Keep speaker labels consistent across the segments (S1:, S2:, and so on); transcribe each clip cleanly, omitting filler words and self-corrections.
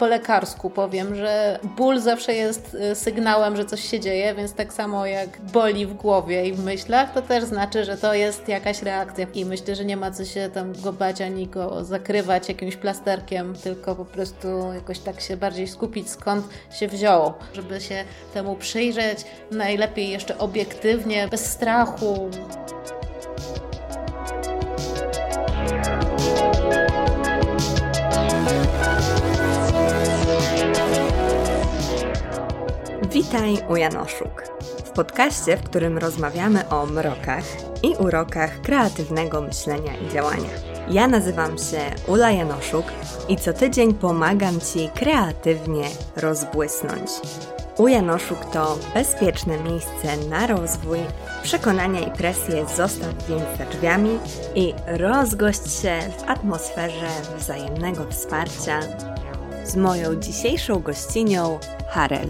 S1: po lekarsku powiem, że ból zawsze jest sygnałem, że coś się dzieje, więc tak samo jak boli w głowie i w myślach, to też znaczy, że to jest jakaś reakcja. I myślę, że nie ma co się tam go bać ani go zakrywać jakimś plasterkiem, tylko po prostu jakoś tak się bardziej skupić, skąd się wziął, żeby się temu przyjrzeć, najlepiej jeszcze obiektywnie, bez strachu.
S2: Witaj u Janoszuk, w podcaście, w którym rozmawiamy o mrokach i urokach kreatywnego myślenia i działania. Ja nazywam się Ula Janoszuk i co tydzień pomagam Ci kreatywnie rozbłysnąć. U Janoszuk to bezpieczne miejsce na rozwój, przekonania i presję zostaw więc za drzwiami i rozgość się w atmosferze wzajemnego wsparcia z moją dzisiejszą gościnią Harel.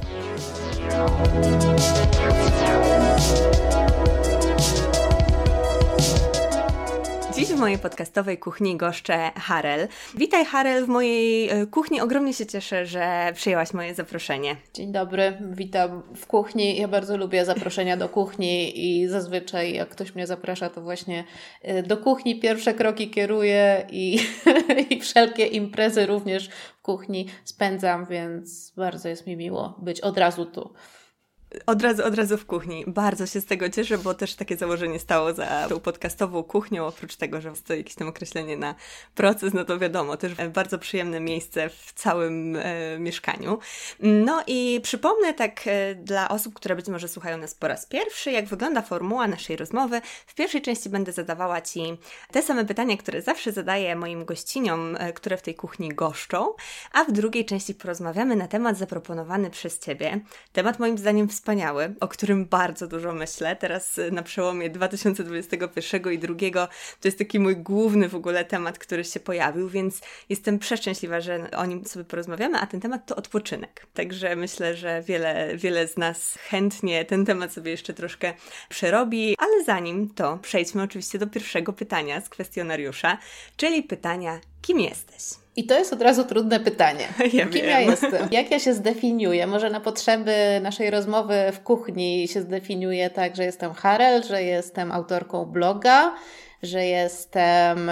S2: Dziś w mojej podcastowej kuchni goszczę Harel. Witaj Harel w mojej kuchni. Ogromnie się cieszę, że przyjęłaś moje zaproszenie.
S1: Dzień dobry, witam w kuchni. Ja bardzo lubię zaproszenia do kuchni i zazwyczaj jak ktoś mnie zaprasza, to właśnie do kuchni pierwsze kroki kieruję i wszelkie imprezy również w kuchni spędzam, więc bardzo jest mi miło być od razu tu.
S2: Od razu w kuchni. Bardzo się z tego cieszę, bo też takie założenie stało za tą podcastową kuchnią. Oprócz tego, że stoi jakieś tam określenie na proces, no to wiadomo, też bardzo przyjemne miejsce w całym mieszkaniu. No i przypomnę tak dla osób, które być może słuchają nas po raz pierwszy, jak wygląda formuła naszej rozmowy. W pierwszej części będę zadawała Ci te same pytania, które zawsze zadaję moim gościniom, które w tej kuchni goszczą, a w drugiej części porozmawiamy na temat zaproponowany przez Ciebie. Temat moim zdaniem wspaniały, o którym bardzo dużo myślę. Teraz na przełomie 2021 i 2022 to jest taki mój główny w ogóle temat, który się pojawił, więc jestem przeszczęśliwa, że o nim sobie porozmawiamy, a ten temat to odpoczynek. Także myślę, że wiele z nas chętnie ten temat sobie jeszcze troszkę przerobi, ale zanim to przejdźmy oczywiście do pierwszego pytania z kwestionariusza, czyli pytania, kim jesteś?
S1: I to jest od razu trudne pytanie. Kim ja jestem? Jak ja się zdefiniuję? Może na potrzeby naszej rozmowy w kuchni się zdefiniuję tak, że jestem Harel, że jestem autorką bloga, że jestem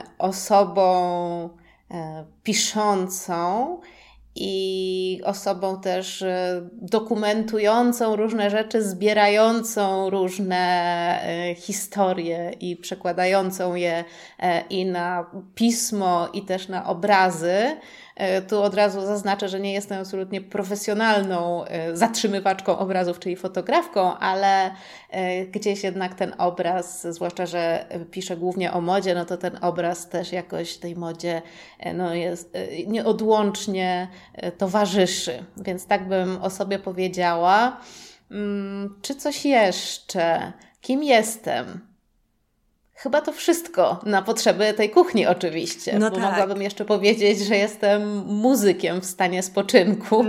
S1: osobą piszącą i osobą też dokumentującą różne rzeczy, zbierającą różne historie i przekładającą je i na pismo, i też na obrazy. Tu od razu zaznaczę, że nie jestem absolutnie profesjonalną zatrzymywaczką obrazów, czyli fotografką, ale gdzieś jednak ten obraz, zwłaszcza, że piszę głównie o modzie, no to ten obraz też jakoś tej modzie jest nieodłącznie towarzyszy. Więc tak bym o sobie powiedziała. Czy coś jeszcze? Kim jestem? Chyba to wszystko na potrzeby tej kuchni oczywiście,
S2: no
S1: bo
S2: tak.
S1: Mogłabym jeszcze powiedzieć, że jestem muzykiem w stanie spoczynku.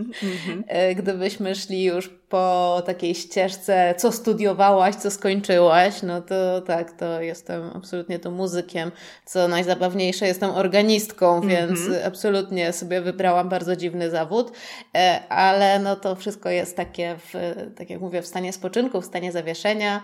S1: Gdybyśmy szli już po takiej ścieżce, co studiowałaś, co skończyłaś, no to tak, to jestem absolutnie tu muzykiem. Co najzabawniejsze, jestem organistką, więc absolutnie sobie wybrałam bardzo dziwny zawód, ale no to wszystko jest takie, tak jak mówię, w stanie spoczynku, w stanie zawieszenia.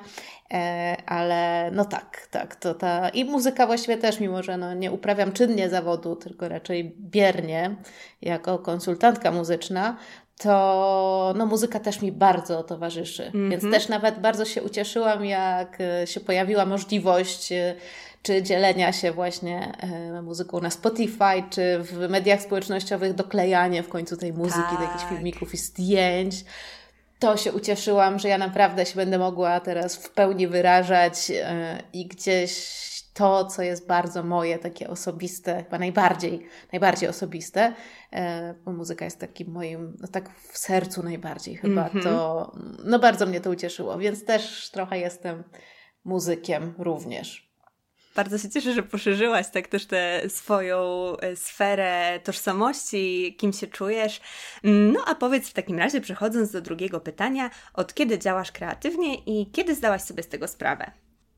S1: Ale no tak, to ta i muzyka właściwie też, mimo że nie uprawiam czynnie zawodu, tylko raczej biernie, jako konsultantka muzyczna, to muzyka też mi bardzo towarzyszy. Więc też nawet bardzo się ucieszyłam, jak się pojawiła możliwość czy dzielenia się właśnie muzyką na Spotify, czy w mediach społecznościowych, doklejanie w końcu tej muzyki do jakichś filmików i zdjęć. To się ucieszyłam, że ja naprawdę się będę mogła teraz w pełni wyrażać i gdzieś to, co jest bardzo moje, takie osobiste, chyba najbardziej osobiste, bo muzyka jest takim moim, tak w sercu najbardziej chyba, to bardzo mnie to ucieszyło, więc też trochę jestem muzykiem również.
S2: Bardzo się cieszę, że poszerzyłaś tak też tę swoją sferę tożsamości, kim się czujesz. No a powiedz w takim razie, przechodząc do drugiego pytania, od kiedy działasz kreatywnie i kiedy zdałaś sobie z tego sprawę?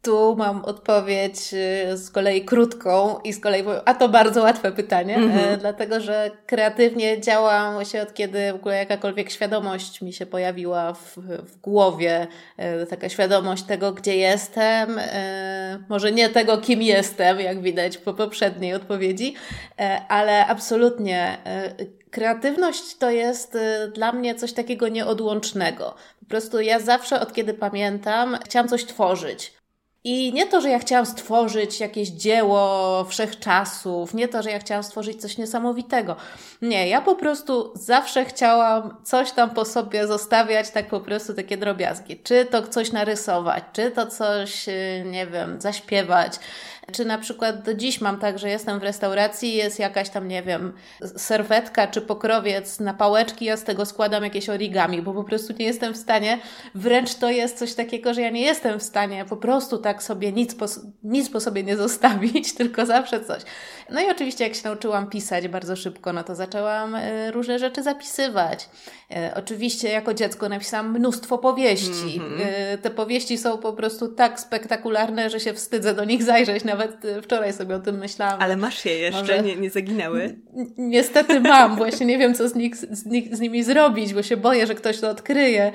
S1: Tu mam odpowiedź z kolei krótką i z kolei powiem, a to bardzo łatwe pytanie, dlatego że kreatywnie działam właśnie od kiedy w ogóle jakakolwiek świadomość mi się pojawiła w głowie, taka świadomość tego, gdzie jestem, może nie tego, kim jestem, jak widać po poprzedniej odpowiedzi, ale absolutnie kreatywność to jest dla mnie coś takiego nieodłącznego. Po prostu ja zawsze, od kiedy pamiętam, chciałam coś tworzyć. I nie to, że ja chciałam stworzyć jakieś dzieło wszechczasów, nie to, że ja chciałam stworzyć coś niesamowitego. Nie, ja po prostu zawsze chciałam coś tam po sobie zostawiać, tak po prostu takie drobiazgi. Czy to coś narysować, czy to coś, nie wiem, zaśpiewać. Czy na przykład do dziś mam tak, że jestem w restauracji, jest jakaś tam, nie wiem, serwetka czy pokrowiec na pałeczki, ja z tego składam jakieś origami, bo po prostu nie jestem w stanie, wręcz to jest coś takiego, że ja nie jestem w stanie po prostu tak sobie nic po sobie nie zostawić, tylko zawsze coś. No i oczywiście jak się nauczyłam pisać bardzo szybko, no to zaczęłam różne rzeczy zapisywać. Oczywiście jako dziecko napisałam mnóstwo powieści. Te powieści są po prostu tak spektakularne, że się wstydzę do nich zajrzeć. Nawet wczoraj sobie o tym myślałam.
S2: Ale masz je jeszcze, może... nie zaginęły?
S1: Niestety mam. Właśnie nie wiem, co z nimi zrobić, bo się boję, że ktoś to odkryje.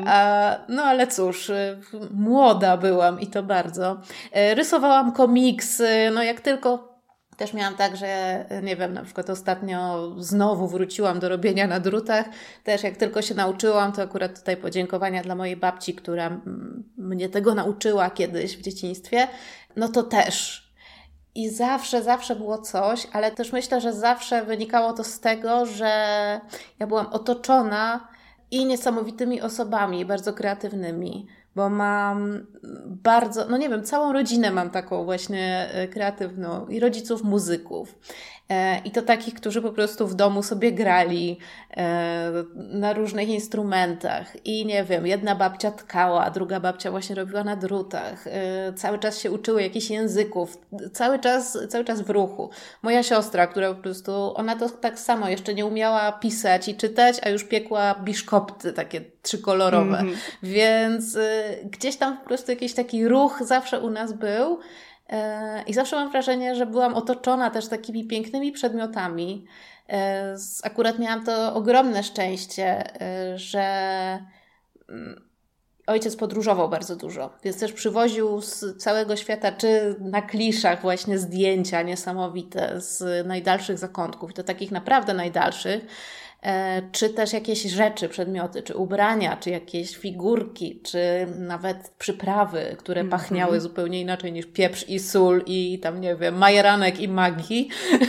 S1: No ale cóż, młoda byłam i to bardzo. Rysowałam komiksy, no jak tylko... Też miałam tak, że nie wiem, na przykład ostatnio znowu wróciłam do robienia na drutach. Też jak tylko się nauczyłam, to akurat tutaj podziękowania dla mojej babci, która mnie tego nauczyła kiedyś w dzieciństwie. No to też. I zawsze było coś, ale też myślę, że zawsze wynikało to z tego, że ja byłam otoczona i niesamowitymi osobami, bardzo kreatywnymi. Bo mam bardzo, no nie wiem, całą rodzinę mam taką właśnie kreatywną i rodziców muzyków. I to takich, którzy po prostu w domu sobie grali na różnych instrumentach. I nie wiem, jedna babcia tkała, a druga babcia właśnie robiła na drutach. Cały czas się uczyły jakichś języków. Cały czas w ruchu. Moja siostra, która po prostu, ona to tak samo jeszcze nie umiała pisać i czytać, a już piekła biszkopty takie trzykolorowe. Więc gdzieś tam po prostu jakiś taki ruch zawsze u nas był. I zawsze mam wrażenie, że byłam otoczona też takimi pięknymi przedmiotami. Akurat miałam to ogromne szczęście, że ojciec podróżował bardzo dużo, więc też przywoził z całego świata, czy na kliszach właśnie zdjęcia niesamowite z najdalszych zakątków, i to takich naprawdę najdalszych, czy też jakieś rzeczy, przedmioty, czy ubrania, czy jakieś figurki, czy nawet przyprawy, które pachniały zupełnie inaczej niż pieprz i sól i tam, nie wiem, majeranek i magii.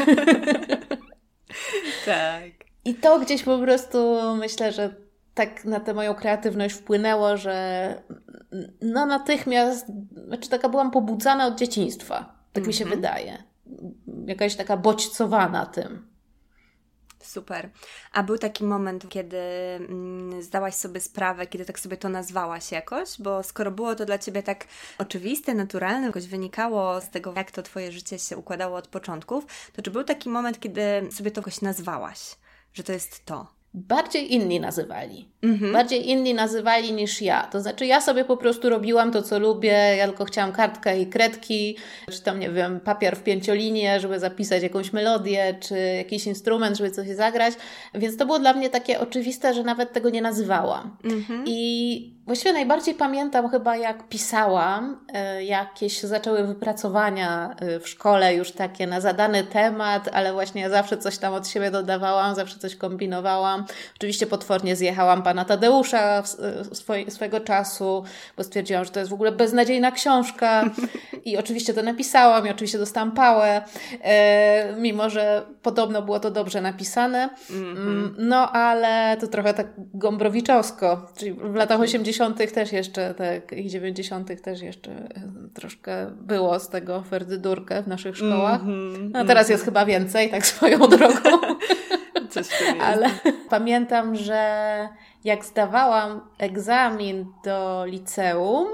S2: Tak.
S1: I to gdzieś po prostu myślę, że tak na tę moją kreatywność wpłynęło, że no natychmiast, znaczy taka byłam pobudzana od dzieciństwa. Tak mi się wydaje. Jakaś taka bodźcowana tym.
S2: Super. A był taki moment, kiedy zdałaś sobie sprawę, kiedy tak sobie to nazwałaś jakoś? Bo skoro było to dla Ciebie tak oczywiste, naturalne, jakoś wynikało z tego, jak to Twoje życie się układało od początków, to czy był taki moment, kiedy sobie to jakoś nazwałaś, że to jest to?
S1: Bardziej inni nazywali. Bardziej inni nazywali niż ja. To znaczy ja sobie po prostu robiłam to, co lubię. Ja tylko chciałam kartkę i kredki, czy tam, nie wiem, papier w 5-linię, żeby zapisać jakąś melodię, czy jakiś instrument, żeby coś zagrać. Więc to było dla mnie takie oczywiste, że nawet tego nie nazywałam. I właściwie najbardziej pamiętam chyba, jak pisałam. Jakieś zaczęły wypracowania w szkole już takie na zadany temat, ale właśnie ja zawsze coś tam od siebie dodawałam, zawsze coś kombinowałam. Oczywiście potwornie zjechałam pana Tadeusza swojego czasu, bo stwierdziłam, że to jest w ogóle beznadziejna książka i oczywiście to napisałam i oczywiście dostałam pałę, mimo że podobno było to dobrze napisane. No ale to trochę tak gombrowiczosko, czyli w latach 80. też jeszcze, tak, i 90. też jeszcze troszkę było z tego ferdydurkę w naszych szkołach. No teraz jest chyba więcej, tak swoją drogą.
S2: Coś w tym jest.
S1: Ale pamiętam, że jak zdawałam egzamin do liceum,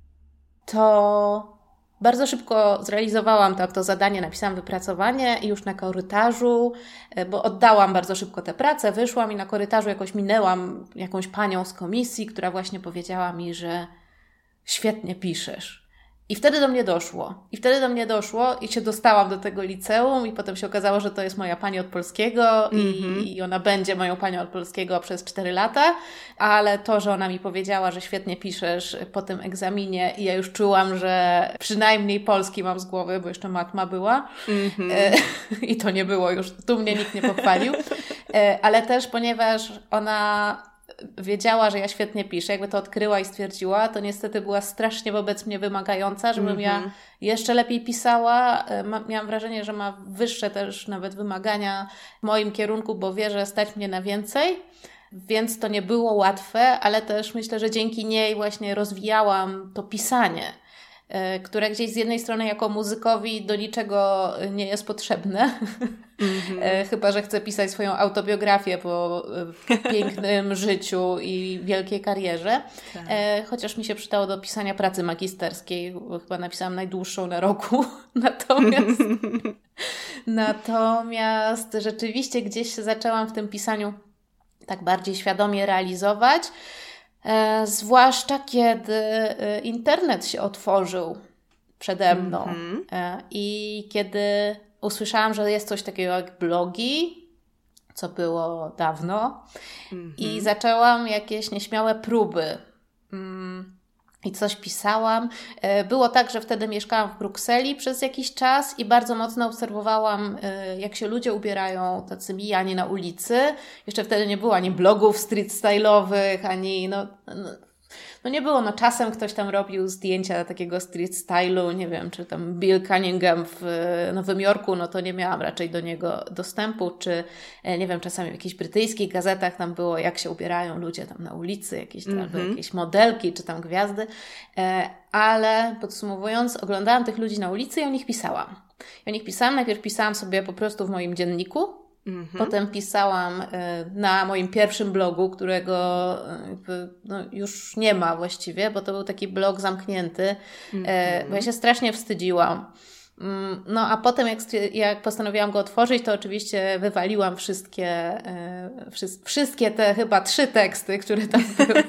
S1: to bardzo szybko zrealizowałam to zadanie, napisałam wypracowanie i już na korytarzu, bo oddałam bardzo szybko tę pracę, wyszłam i na korytarzu jakoś minęłam jakąś panią z komisji, która właśnie powiedziała mi, że świetnie piszesz. I wtedy do mnie doszło i się dostałam do tego liceum i potem się okazało, że to jest moja pani od polskiego i ona będzie moją panią od polskiego przez 4 lata, ale to, że ona mi powiedziała, że świetnie piszesz po tym egzaminie i ja już czułam, że przynajmniej polski mam z głowy, bo jeszcze matma była i to nie było już, tu mnie nikt nie pochwalił, ale też ponieważ ona wiedziała, że ja świetnie piszę, jakby to odkryła i stwierdziła, to niestety była strasznie wobec mnie wymagająca, żebym ja jeszcze lepiej pisała. Miałam wrażenie, że ma wyższe też nawet wymagania w moim kierunku, bo wie, że stać mnie na więcej, więc to nie było łatwe, ale też myślę, że dzięki niej właśnie rozwijałam to pisanie, które gdzieś z jednej strony jako muzykowi do niczego nie jest potrzebne, chyba że chcę pisać swoją autobiografię po pięknym życiu i wielkiej karierze, chociaż mi się przydało do pisania pracy magisterskiej, bo chyba napisałam najdłuższą na roku, natomiast rzeczywiście gdzieś się zaczęłam w tym pisaniu tak bardziej świadomie realizować, zwłaszcza kiedy internet się otworzył przede mną i kiedy usłyszałam, że jest coś takiego jak blogi, co było dawno i zaczęłam jakieś nieśmiałe próby i coś pisałam. Było tak, że wtedy mieszkałam w Brukseli przez jakiś czas i bardzo mocno obserwowałam, jak się ludzie ubierają, tacy mijani na ulicy. Jeszcze wtedy nie było ani blogów street style'owych, ani no nie było, czasem ktoś tam robił zdjęcia takiego street stylu, nie wiem, czy tam Bill Cunningham w Nowym Jorku, to nie miałam raczej do niego dostępu, czy nie wiem, czasami w jakichś brytyjskich gazetach tam było, jak się ubierają ludzie tam na ulicy, albo jakieś modelki, czy tam gwiazdy, ale podsumowując, oglądałam tych ludzi na ulicy i o nich pisałam. Najpierw pisałam sobie po prostu w moim dzienniku, potem pisałam na moim pierwszym blogu, którego już nie ma właściwie, bo to był taki blog zamknięty, bo ja się strasznie wstydziłam. A potem jak postanowiłam go otworzyć, to oczywiście wywaliłam wszystkie te chyba 3 teksty, które tam były.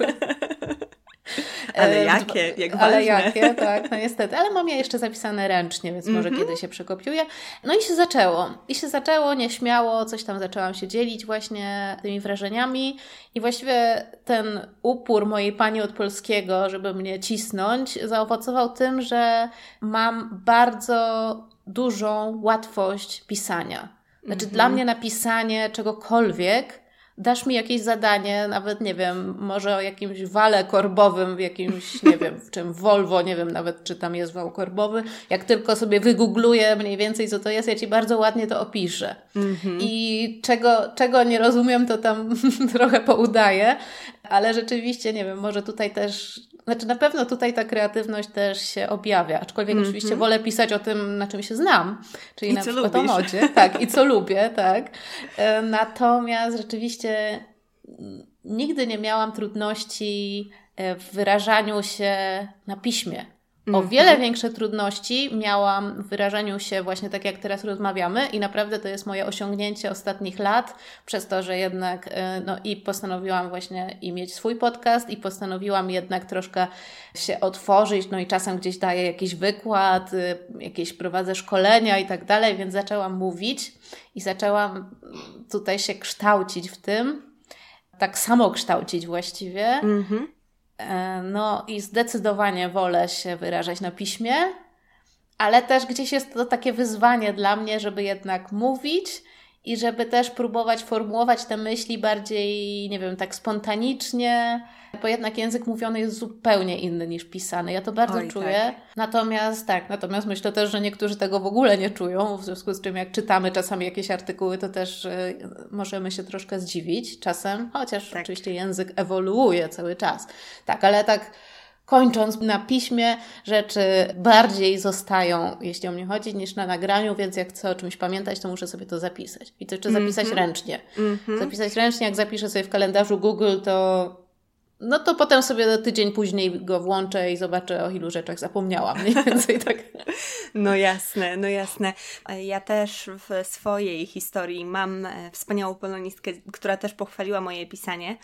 S2: Ale jakie? Jak ważne.
S1: Ale jakie, tak, niestety. Ale mam je jeszcze zapisane ręcznie, więc może kiedyś się przekopiuję. I się zaczęło. Nieśmiało, coś tam zaczęłam się dzielić właśnie tymi wrażeniami i właściwie ten upór mojej pani od polskiego, żeby mnie cisnąć, zaowocował tym, że mam bardzo dużą łatwość pisania. Znaczy dla mnie napisanie czegokolwiek, dasz mi jakieś zadanie, nawet nie wiem, może o jakimś wale korbowym, w jakimś, nie wiem, w czym Volvo, nie wiem nawet, czy tam jest wał korbowy. Jak tylko sobie wygoogluję mniej więcej, co to jest, ja Ci bardzo ładnie to opiszę. I czego nie rozumiem, to tam trochę poudaję, ale rzeczywiście, nie wiem, może tutaj też, na pewno tutaj ta kreatywność też się objawia, aczkolwiek oczywiście wolę pisać o tym, na czym się znam, czyli na przykład o modzie, tak, i co lubię, tak. Natomiast rzeczywiście nigdy nie miałam trudności w wyrażaniu się na piśmie. O wiele większe trudności miałam w wyrażaniu się właśnie tak, jak teraz rozmawiamy i naprawdę to jest moje osiągnięcie ostatnich lat, przez to, że jednak i postanowiłam właśnie i mieć swój podcast i postanowiłam jednak troszkę się otworzyć, i czasem gdzieś daję jakiś wykład, jakieś prowadzę szkolenia i tak dalej, więc zaczęłam mówić i zaczęłam tutaj się kształcić w tym, tak samo kształcić właściwie. I zdecydowanie wolę się wyrażać na piśmie, ale też gdzieś jest to takie wyzwanie dla mnie, żeby jednak mówić i żeby też próbować formułować te myśli bardziej, nie wiem, tak spontanicznie, bo jednak język mówiony jest zupełnie inny niż pisany. Ja to bardzo czuję. Tak. Natomiast myślę też, że niektórzy tego w ogóle nie czują, w związku z czym jak czytamy czasami jakieś artykuły, to też możemy się troszkę zdziwić czasem, chociaż oczywiście język ewoluuje cały czas. Tak, ale tak kończąc, na piśmie rzeczy bardziej zostają, jeśli o mnie chodzi, niż na nagraniu, więc jak chcę o czymś pamiętać, to muszę sobie to zapisać. I to jeszcze zapisać ręcznie. Zapisać ręcznie, jak zapiszę sobie w kalendarzu Google, to potem sobie tydzień później go włączę i zobaczę, o ilu rzeczach zapomniałam. Mniej więcej tak.
S2: No jasne. Ja też w swojej historii mam wspaniałą polonistkę, która też pochwaliła moje pisanie.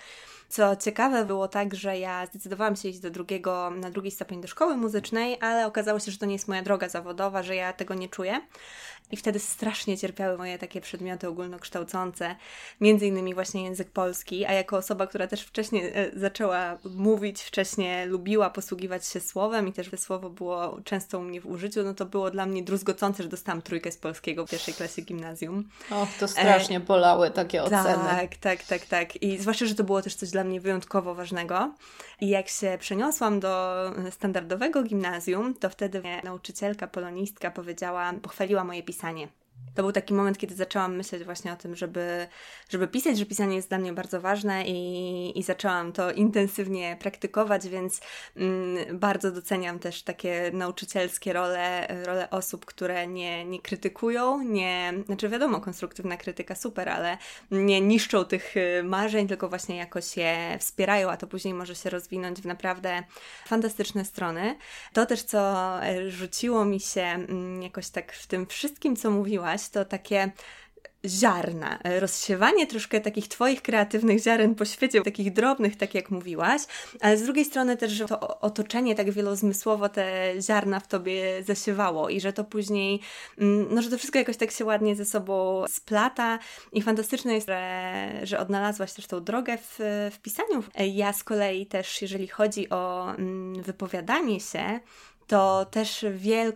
S2: Co ciekawe było tak, że ja zdecydowałam się iść na drugi stopień do szkoły muzycznej, ale okazało się, że to nie jest moja droga zawodowa, że ja tego nie czuję. I wtedy strasznie cierpiały moje takie przedmioty ogólnokształcące, między innymi właśnie język polski, a jako osoba, która też wcześniej zaczęła mówić, wcześniej lubiła posługiwać się słowem i też to słowo było często u mnie w użyciu, no to było dla mnie druzgocące, że dostałam 3 z polskiego w pierwszej klasie gimnazjum.
S1: Och, to strasznie bolały takie oceny.
S2: Tak. I zwłaszcza, że to było też coś dla mnie wyjątkowo ważnego. I jak się przeniosłam do standardowego gimnazjum, to wtedy nauczycielka, polonistka pochwaliła moje pisanie. To był taki moment, kiedy zaczęłam myśleć właśnie o tym, żeby pisać, że pisanie jest dla mnie bardzo ważne i zaczęłam to intensywnie praktykować, więc bardzo doceniam też takie nauczycielskie role osób, które nie krytykują, znaczy wiadomo, konstruktywna krytyka super, ale nie niszczą tych marzeń, tylko właśnie jakoś je wspierają, a to później może się rozwinąć w naprawdę fantastyczne strony. To też, co rzuciło mi się jakoś tak w tym wszystkim, co mówiłaś, to takie ziarna, rozsiewanie troszkę takich Twoich kreatywnych ziaren po świecie, takich drobnych, tak jak mówiłaś, ale z drugiej strony też, że to otoczenie tak wielozmysłowo te ziarna w Tobie zasiewało i że to później, że to wszystko jakoś tak się ładnie ze sobą splata i fantastyczne jest, że odnalazłaś też tą drogę w pisaniu. Ja z kolei też, jeżeli chodzi o wypowiadanie się, to też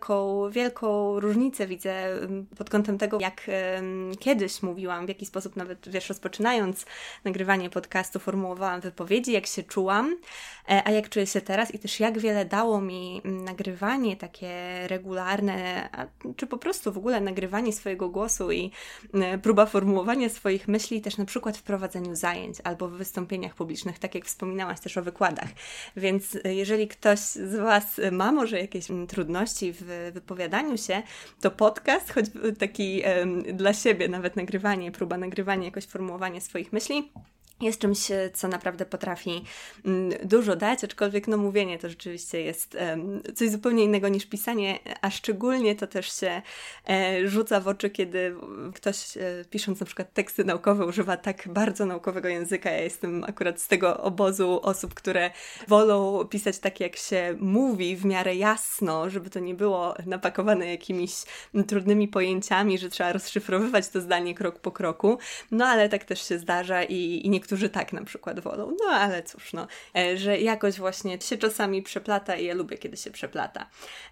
S2: wielką różnicę widzę pod kątem tego, jak kiedyś mówiłam, w jaki sposób nawet, rozpoczynając nagrywanie podcastu, formułowałam wypowiedzi, jak się czułam, a jak czuję się teraz i też jak wiele dało mi nagrywanie takie regularne, czy po prostu w ogóle nagrywanie swojego głosu i próba formułowania swoich myśli też na przykład w prowadzeniu zajęć albo w wystąpieniach publicznych, tak jak wspominałaś też o wykładach. Więc jeżeli ktoś z Was ma może jakieś trudności w wypowiadaniu się, to podcast, choć taki dla siebie nawet próba nagrywania, jakoś formułowania swoich myśli, jest czymś, co naprawdę potrafi dużo dać, aczkolwiek mówienie to rzeczywiście jest coś zupełnie innego niż pisanie, a szczególnie to też się rzuca w oczy, kiedy ktoś pisząc na przykład teksty naukowe używa tak bardzo naukowego języka. Ja jestem akurat z tego obozu osób, które wolą pisać tak, jak się mówi, w miarę jasno, żeby to nie było napakowane jakimiś trudnymi pojęciami, że trzeba rozszyfrowywać to zdanie krok po kroku, ale tak też się zdarza i niektórzy tak na przykład wolą, ale cóż, że jakoś właśnie się czasami przeplata i ja lubię, kiedy się przeplata.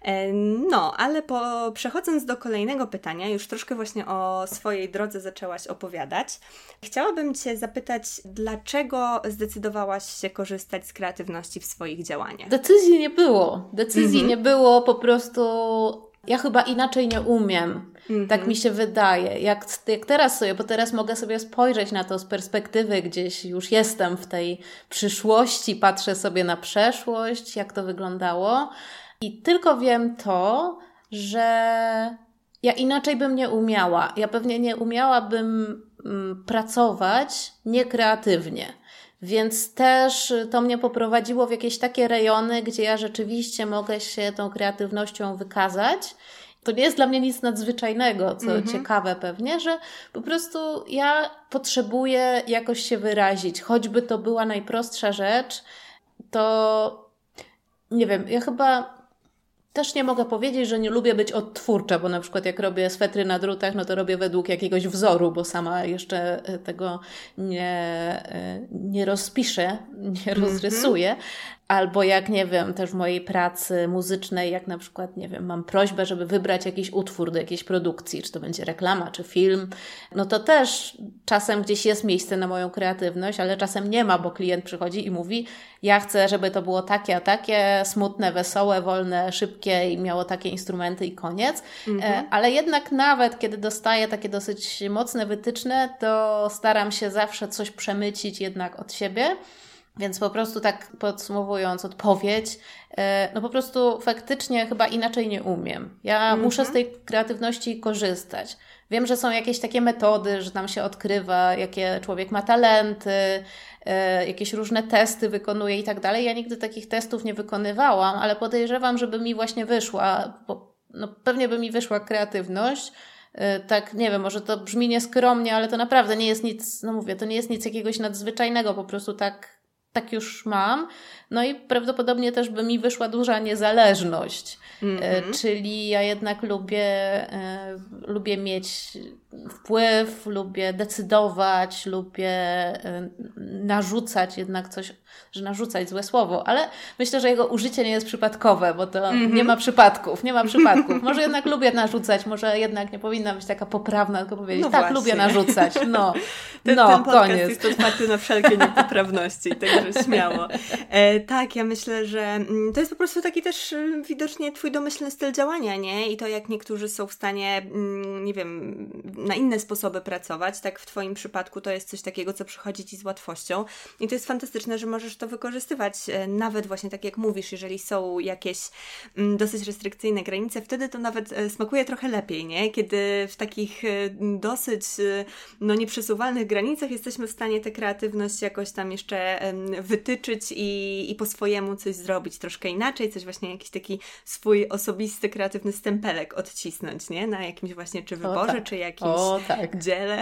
S2: Ale przechodząc do kolejnego pytania, już troszkę właśnie o swojej drodze zaczęłaś opowiadać. Chciałabym Cię zapytać, dlaczego zdecydowałaś się korzystać z kreatywności w swoich działaniach?
S1: Decyzji nie było, po prostu ja chyba inaczej nie umiem. Tak mi się wydaje. Jak teraz bo teraz mogę sobie spojrzeć na to z perspektywy, gdzieś już jestem w tej przyszłości, patrzę sobie na przeszłość, jak to wyglądało i tylko wiem to, że ja inaczej bym nie umiała. Ja pewnie nie umiałabym pracować niekreatywnie. Więc też to mnie poprowadziło w jakieś takie rejony, gdzie ja rzeczywiście mogę się tą kreatywnością wykazać. To nie jest dla mnie nic nadzwyczajnego, co ciekawe pewnie, że po prostu ja potrzebuję jakoś się wyrazić. Choćby to była najprostsza rzecz, to nie wiem, ja chyba też nie mogę powiedzieć, że nie lubię być odtwórcza, bo na przykład jak robię swetry na drutach, to robię według jakiegoś wzoru, bo sama jeszcze tego nie rozpiszę, nie rozrysuję. Albo jak, nie wiem, też w mojej pracy muzycznej, jak na przykład, nie wiem, mam prośbę, żeby wybrać jakiś utwór do jakiejś produkcji, czy to będzie reklama, czy film, to też czasem gdzieś jest miejsce na moją kreatywność, ale czasem nie ma, bo klient przychodzi i mówi, ja chcę, żeby to było takie, a takie, smutne, wesołe, wolne, szybkie i miało takie instrumenty i koniec. Ale jednak nawet, kiedy dostaję takie dosyć mocne wytyczne, to staram się zawsze coś przemycić jednak od siebie. Więc po prostu tak podsumowując odpowiedź, po prostu faktycznie chyba inaczej nie umiem. Ja muszę z tej kreatywności korzystać. Wiem, że są jakieś takie metody, że tam się odkrywa, jakie człowiek ma talenty, jakieś różne testy wykonuje i tak dalej. Ja nigdy takich testów nie wykonywałam, ale podejrzewam, żeby mi właśnie wyszła, bo pewnie by mi wyszła kreatywność. Tak, nie wiem, może to brzmi nieskromnie, ale to naprawdę nie jest nic, to nie jest nic jakiegoś nadzwyczajnego, po prostu tak tak już mam. No i prawdopodobnie też by mi wyszła duża niezależność. Czyli ja jednak lubię mieć wpływ, lubię decydować, lubię narzucać jednak coś, że narzucać złe słowo, ale myślę, że jego użycie nie jest przypadkowe, bo to nie ma przypadków. Może jednak lubię narzucać, może jednak nie powinna być taka poprawna, tylko powiedzieć, tak, właśnie. Lubię narzucać.
S2: Ten podcast koniec. Jest otwarty na wszelkie niepoprawności, także śmiało. Tak, ja myślę, że to jest po prostu taki też widocznie twój domyślny styl działania, nie? I to jak niektórzy są w stanie, nie wiem, na inne sposoby pracować, tak w twoim przypadku to jest coś takiego, co przychodzi ci z łatwością i to jest fantastyczne, że możesz to wykorzystywać, nawet właśnie tak jak mówisz, jeżeli są jakieś dosyć restrykcyjne granice, wtedy to nawet smakuje trochę lepiej, nie? Kiedy w takich dosyć nieprzesuwalnych granicach jesteśmy w stanie tę kreatywność jakoś tam jeszcze wytyczyć i po swojemu coś zrobić troszkę inaczej, coś właśnie jakiś taki swój osobisty, kreatywny stempelek odcisnąć, nie? Na jakimś właśnie czy wyborze, czy jakimś dziele.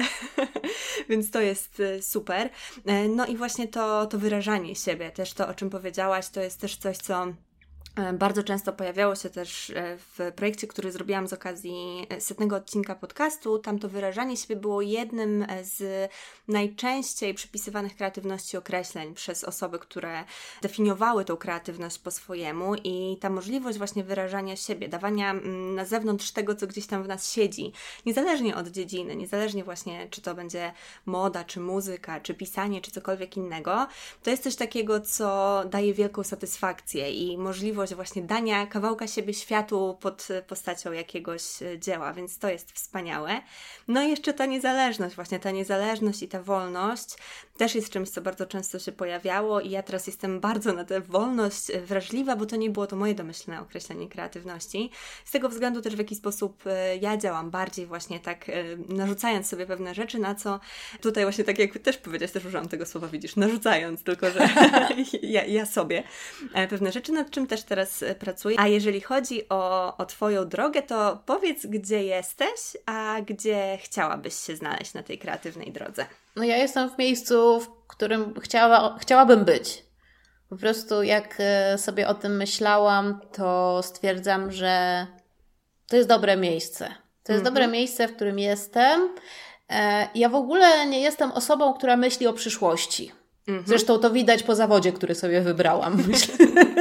S2: Więc to jest super. No i właśnie to wyrażanie siebie, też to, o czym powiedziałaś, to jest też coś, co bardzo często pojawiało się też w projekcie, który zrobiłam z okazji 100. odcinka podcastu. Tam to wyrażanie siebie było jednym z najczęściej przypisywanych kreatywności określeń przez osoby, które definiowały tą kreatywność po swojemu i ta możliwość właśnie wyrażania siebie, dawania na zewnątrz tego, co gdzieś tam w nas siedzi, niezależnie od dziedziny, niezależnie właśnie, czy to będzie moda, czy muzyka, czy pisanie, czy cokolwiek innego, to jest coś takiego, co daje wielką satysfakcję i możliwość właśnie dania kawałka siebie światu pod postacią jakiegoś dzieła, więc to jest wspaniałe. No i jeszcze ta niezależność, właśnie ta niezależność i ta wolność też jest czymś, co bardzo często się pojawiało i ja teraz jestem bardzo na tę wolność wrażliwa, bo to nie było to moje domyślne określenie kreatywności. Z tego względu też w jaki sposób ja działam bardziej właśnie tak narzucając sobie pewne rzeczy, na co tutaj właśnie tak jak też powiedziałaś, też użyłam tego słowa, widzisz, narzucając, tylko że ja sobie pewne rzeczy, nad czym też teraz pracuję. A jeżeli chodzi o twoją drogę, to powiedz, gdzie jesteś, a gdzie chciałabyś się znaleźć na tej kreatywnej drodze?
S1: No ja jestem w miejscu, w którym chciałabym być. Po prostu jak sobie o tym myślałam, to stwierdzam, że to jest dobre miejsce. To jest dobre miejsce, w którym jestem. Ja w ogóle nie jestem osobą, która myśli o przyszłości. Zresztą to widać po zawodzie, który sobie wybrałam, myślę.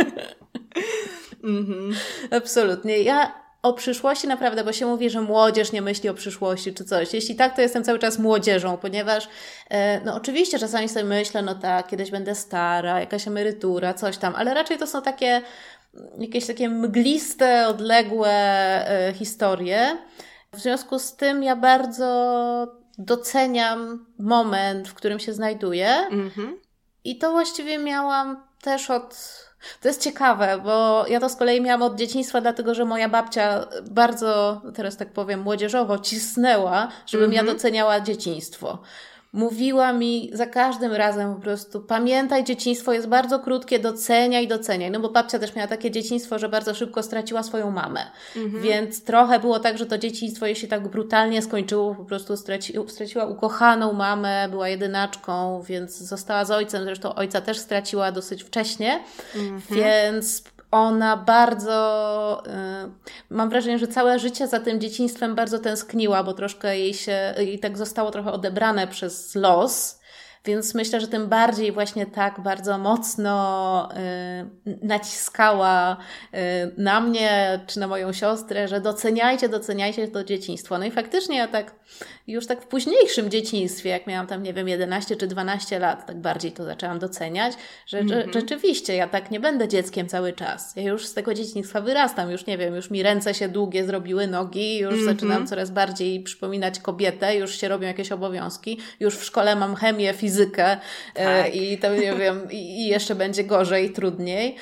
S1: Absolutnie. Ja o przyszłości naprawdę, bo się mówi, że młodzież nie myśli o przyszłości czy coś. Jeśli tak, to jestem cały czas młodzieżą, ponieważ oczywiście czasami sobie myślę, no tak, kiedyś będę stara, jakaś emerytura, coś tam, ale raczej to są jakieś takie mgliste, odległe historie. W związku z tym ja bardzo doceniam moment, w którym się znajduję i to właściwie miałam też To jest ciekawe, bo ja to z kolei miałam od dzieciństwa, dlatego że moja babcia bardzo, teraz tak powiem, młodzieżowo cisnęła, żebym ja doceniała dzieciństwo. Mówiła mi za każdym razem po prostu, pamiętaj, dzieciństwo jest bardzo krótkie, doceniaj. No bo babcia też miała takie dzieciństwo, że bardzo szybko straciła swoją mamę. Więc trochę było tak, że to dzieciństwo jej się tak brutalnie skończyło, po prostu straciła ukochaną mamę, była jedynaczką, więc została z ojcem, zresztą ojca też straciła dosyć wcześnie, więc ona bardzo, mam wrażenie, że całe życie za tym dzieciństwem bardzo tęskniła, bo troszkę jej tak zostało trochę odebrane przez los, więc myślę, że tym bardziej właśnie tak bardzo mocno naciskała na mnie czy na moją siostrę, że doceniajcie to dzieciństwo. No i faktycznie ja już tak w późniejszym dzieciństwie, jak miałam tam, nie wiem, 11 czy 12 lat, tak bardziej to zaczęłam doceniać, że rzeczywiście ja tak nie będę dzieckiem cały czas. Ja już z tego dzieciństwa wyrastam, już nie wiem, już mi ręce się długie zrobiły, nogi, już zaczynam coraz bardziej przypominać kobietę, już się robią jakieś obowiązki, już w szkole mam chemię, fizykę i to nie wiem, i jeszcze będzie gorzej, trudniej.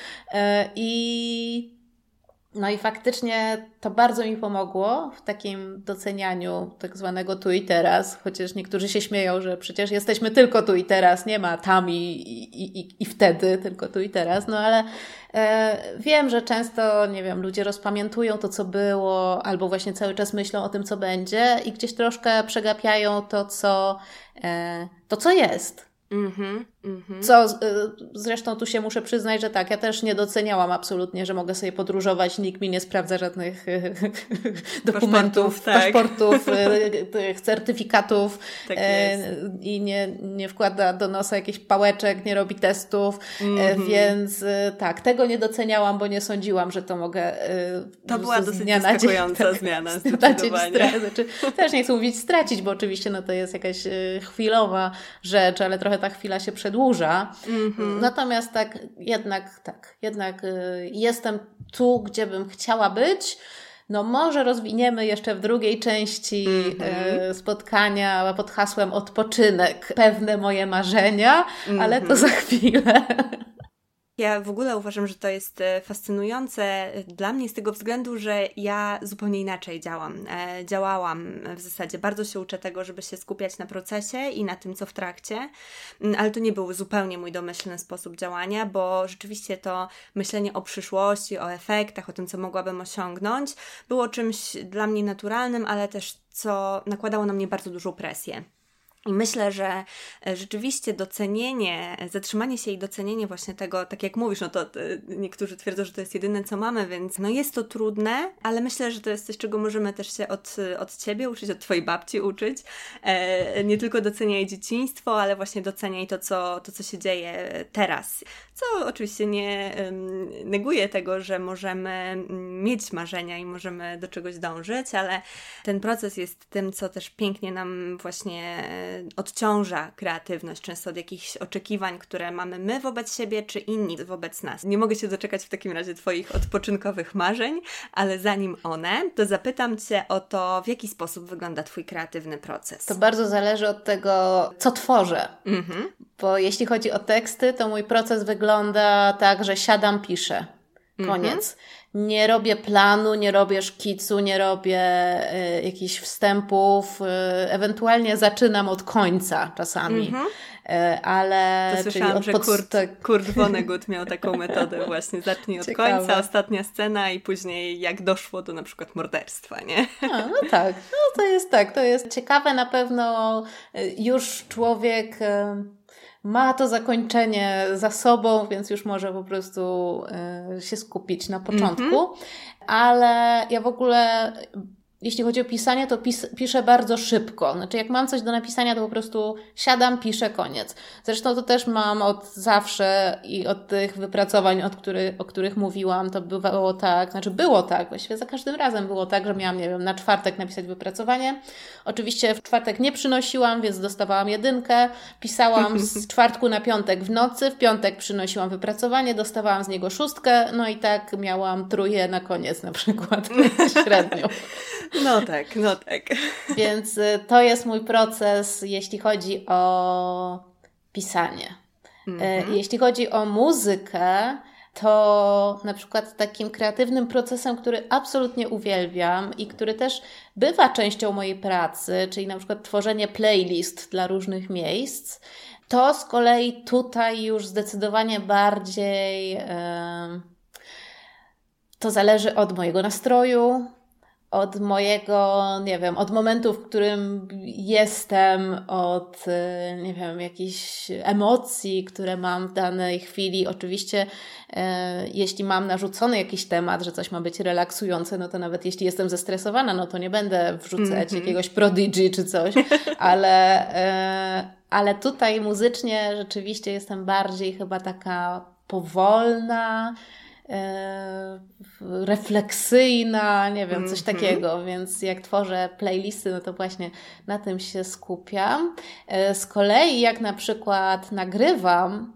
S1: No i faktycznie to bardzo mi pomogło w takim docenianiu tak zwanego tu i teraz, chociaż niektórzy się śmieją, że przecież jesteśmy tylko tu i teraz, nie ma tam i wtedy, tylko tu i teraz, no ale wiem, że często, nie wiem, ludzie rozpamiętują to, co było, albo właśnie cały czas myślą o tym, co będzie i gdzieś troszkę przegapiają to, co jest. Co zresztą tu się muszę przyznać, że tak, ja też nie doceniałam absolutnie, że mogę sobie podróżować, nikt mi nie sprawdza żadnych dokumentów, paszportów, tych certyfikatów
S2: tak
S1: i nie wkłada do nosa jakichś pałeczek, nie robi testów, więc tak, tego nie doceniałam, bo nie sądziłam, że to mogę
S2: to była dosyć zaskakująca zmiana, zdecydowanie.
S1: Znaczy, też nie chcę mówić stracić, bo oczywiście to jest jakaś chwilowa rzecz, ale trochę ta chwila się przedłuża. Natomiast jednak jestem tu, gdzie bym chciała być. No może rozwiniemy jeszcze w drugiej części spotkania pod hasłem odpoczynek pewne moje marzenia, ale to za chwilę.
S2: Ja w ogóle uważam, że to jest fascynujące dla mnie z tego względu, że ja zupełnie inaczej działałam w zasadzie. Bardzo się uczę tego, żeby się skupiać na procesie i na tym, co w trakcie, ale to nie był zupełnie mój domyślny sposób działania, bo rzeczywiście to myślenie o przyszłości, o efektach, o tym, co mogłabym osiągnąć, było czymś dla mnie naturalnym, ale też co nakładało na mnie bardzo dużą presję. I myślę, że rzeczywiście zatrzymanie się i docenienie właśnie tego, tak jak mówisz, to niektórzy twierdzą, że to jest jedyne, co mamy, więc jest to trudne, ale myślę, że to jest coś, czego możemy też się od Ciebie uczyć, od Twojej babci uczyć. Nie tylko doceniaj dzieciństwo, ale właśnie doceniaj to, co się dzieje teraz. Co oczywiście nie neguje tego, że możemy mieć marzenia i możemy do czegoś dążyć, ale ten proces jest tym, co też pięknie nam właśnie odciąża kreatywność, często od jakichś oczekiwań, które mamy my wobec siebie, czy inni wobec nas. Nie mogę się doczekać w takim razie Twoich odpoczynkowych marzeń, ale zanim to zapytam Cię o to, w jaki sposób wygląda Twój kreatywny proces.
S1: To bardzo zależy od tego, co tworzę. Bo jeśli chodzi o teksty, to mój proces wygląda tak, że siadam, piszę. Koniec. Nie robię planu, nie robię szkicu, nie robię jakichś wstępów, ewentualnie zaczynam od końca czasami. Ale...
S2: To słyszałam, że Kurt Vonnegut miał taką metodę właśnie, zacznij od końca, ostatnia scena i później jak doszło do na przykład morderstwa, nie?
S1: No tak, to jest ciekawe, na pewno już człowiek... ma to zakończenie za sobą, więc już może po prostu się skupić na początku. Ale ja w ogóle, jeśli chodzi o pisanie, to piszę bardzo szybko. Znaczy jak mam coś do napisania, to po prostu siadam, piszę, koniec. Zresztą to też mam od zawsze i od tych wypracowań, o których mówiłam, to było tak, właściwie za każdym razem było tak, że miałam, na czwartek napisać wypracowanie. Oczywiście w czwartek nie przynosiłam, więc dostawałam 1, pisałam z czwartku na piątek w nocy, w piątek przynosiłam wypracowanie, dostawałam z niego 6, no i tak miałam 3 na koniec na przykład, średnio.
S2: No tak.
S1: Więc to jest mój proces, jeśli chodzi o pisanie. Jeśli chodzi o muzykę, to na przykład takim kreatywnym procesem, który absolutnie uwielbiam i który też bywa częścią mojej pracy, czyli na przykład tworzenie playlist dla różnych miejsc, to z kolei tutaj już zdecydowanie bardziej to zależy od mojego nastroju, od mojego, od momentu, w którym jestem, od, jakichś emocji, które mam w danej chwili. Oczywiście, jeśli mam narzucony jakiś temat, że coś ma być relaksujące, no to nawet jeśli jestem zestresowana, no to nie będę wrzucać jakiegoś Prodigy czy coś, ale tutaj muzycznie rzeczywiście jestem bardziej chyba taka powolna, refleksyjna, coś takiego, więc jak tworzę playlisty, no to właśnie na tym się skupiam. Z kolei jak na przykład nagrywam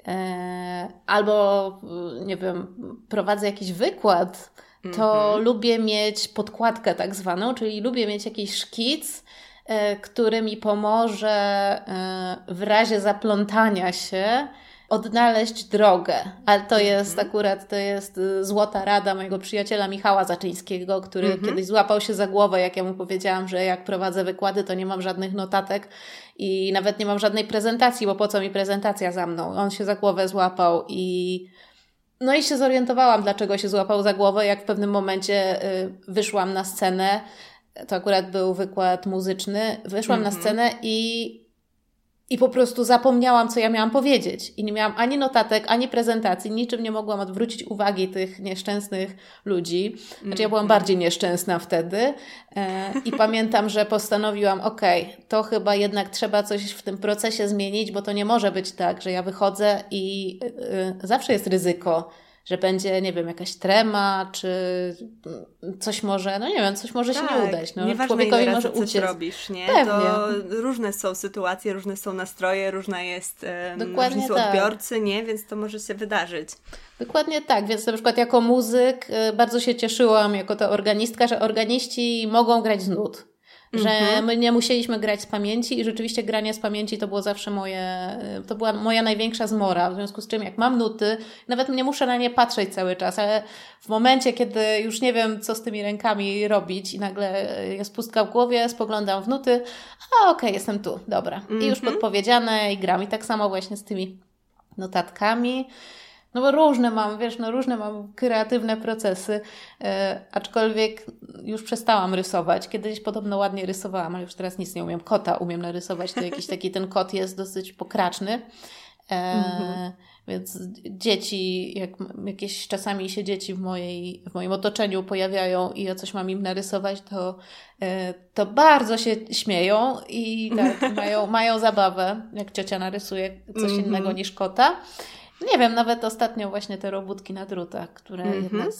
S1: albo prowadzę jakiś wykład, to lubię mieć podkładkę tak zwaną, czyli lubię mieć jakiś szkic, który mi pomoże w razie zaplątania się odnaleźć drogę. Ale to jest to jest złota rada mojego przyjaciela Michała Zaczyńskiego, który kiedyś złapał się za głowę, jak ja mu powiedziałam, że jak prowadzę wykłady, to nie mam żadnych notatek i nawet nie mam żadnej prezentacji, bo po co mi prezentacja za mną? On się za głowę złapał i się zorientowałam, dlaczego się złapał za głowę, jak w pewnym momencie wyszłam na scenę. To akurat był wykład muzyczny. Wyszłam na scenę i I po prostu zapomniałam, co ja miałam powiedzieć. I nie miałam ani notatek, ani prezentacji, niczym nie mogłam odwrócić uwagi tych nieszczęsnych ludzi. Znaczy ja byłam bardziej nieszczęsna wtedy. I pamiętam, że postanowiłam, to chyba jednak trzeba coś w tym procesie zmienić, bo to nie może być tak, że ja wychodzę i zawsze jest ryzyko, że będzie, nie wiem, jakaś trema, czy coś może, no nie wiem, coś może się nie udać. No,
S2: nieważne
S1: człowiekowi
S2: ile razy
S1: może uciec.
S2: coś robisz, nie?
S1: Pewnie.
S2: To różne są sytuacje, różne są nastroje, różna jest różni są
S1: tak.
S2: odbiorcy, nie? Więc to może się wydarzyć.
S1: Dokładnie tak, więc na przykład jako muzyk bardzo się cieszyłam, jako ta organistka, że organiści mogą grać z nut. Że my nie musieliśmy grać z pamięci i rzeczywiście granie z pamięci to było zawsze to była moja największa zmora, w związku z czym jak mam nuty, nawet nie muszę na nie patrzeć cały czas, ale w momencie, kiedy już nie wiem, co z tymi rękami robić i nagle jest pustka w głowie, spoglądam w nuty, jestem tu, dobra. I już podpowiedziane i gram. I tak samo właśnie z tymi notatkami. No bo różne mam kreatywne procesy, aczkolwiek już przestałam rysować. Kiedyś podobno ładnie rysowałam, ale już teraz nic nie umiem. Kota umiem narysować, to jakiś taki, ten kot jest dosyć pokraczny. Więc dzieci, jak jakieś czasami się dzieci w moim otoczeniu pojawiają i ja coś mam im narysować, to bardzo się śmieją i tak, mają zabawę, jak ciocia narysuje coś innego niż kota. Nie wiem, nawet ostatnio właśnie te robótki na drutach, które jednak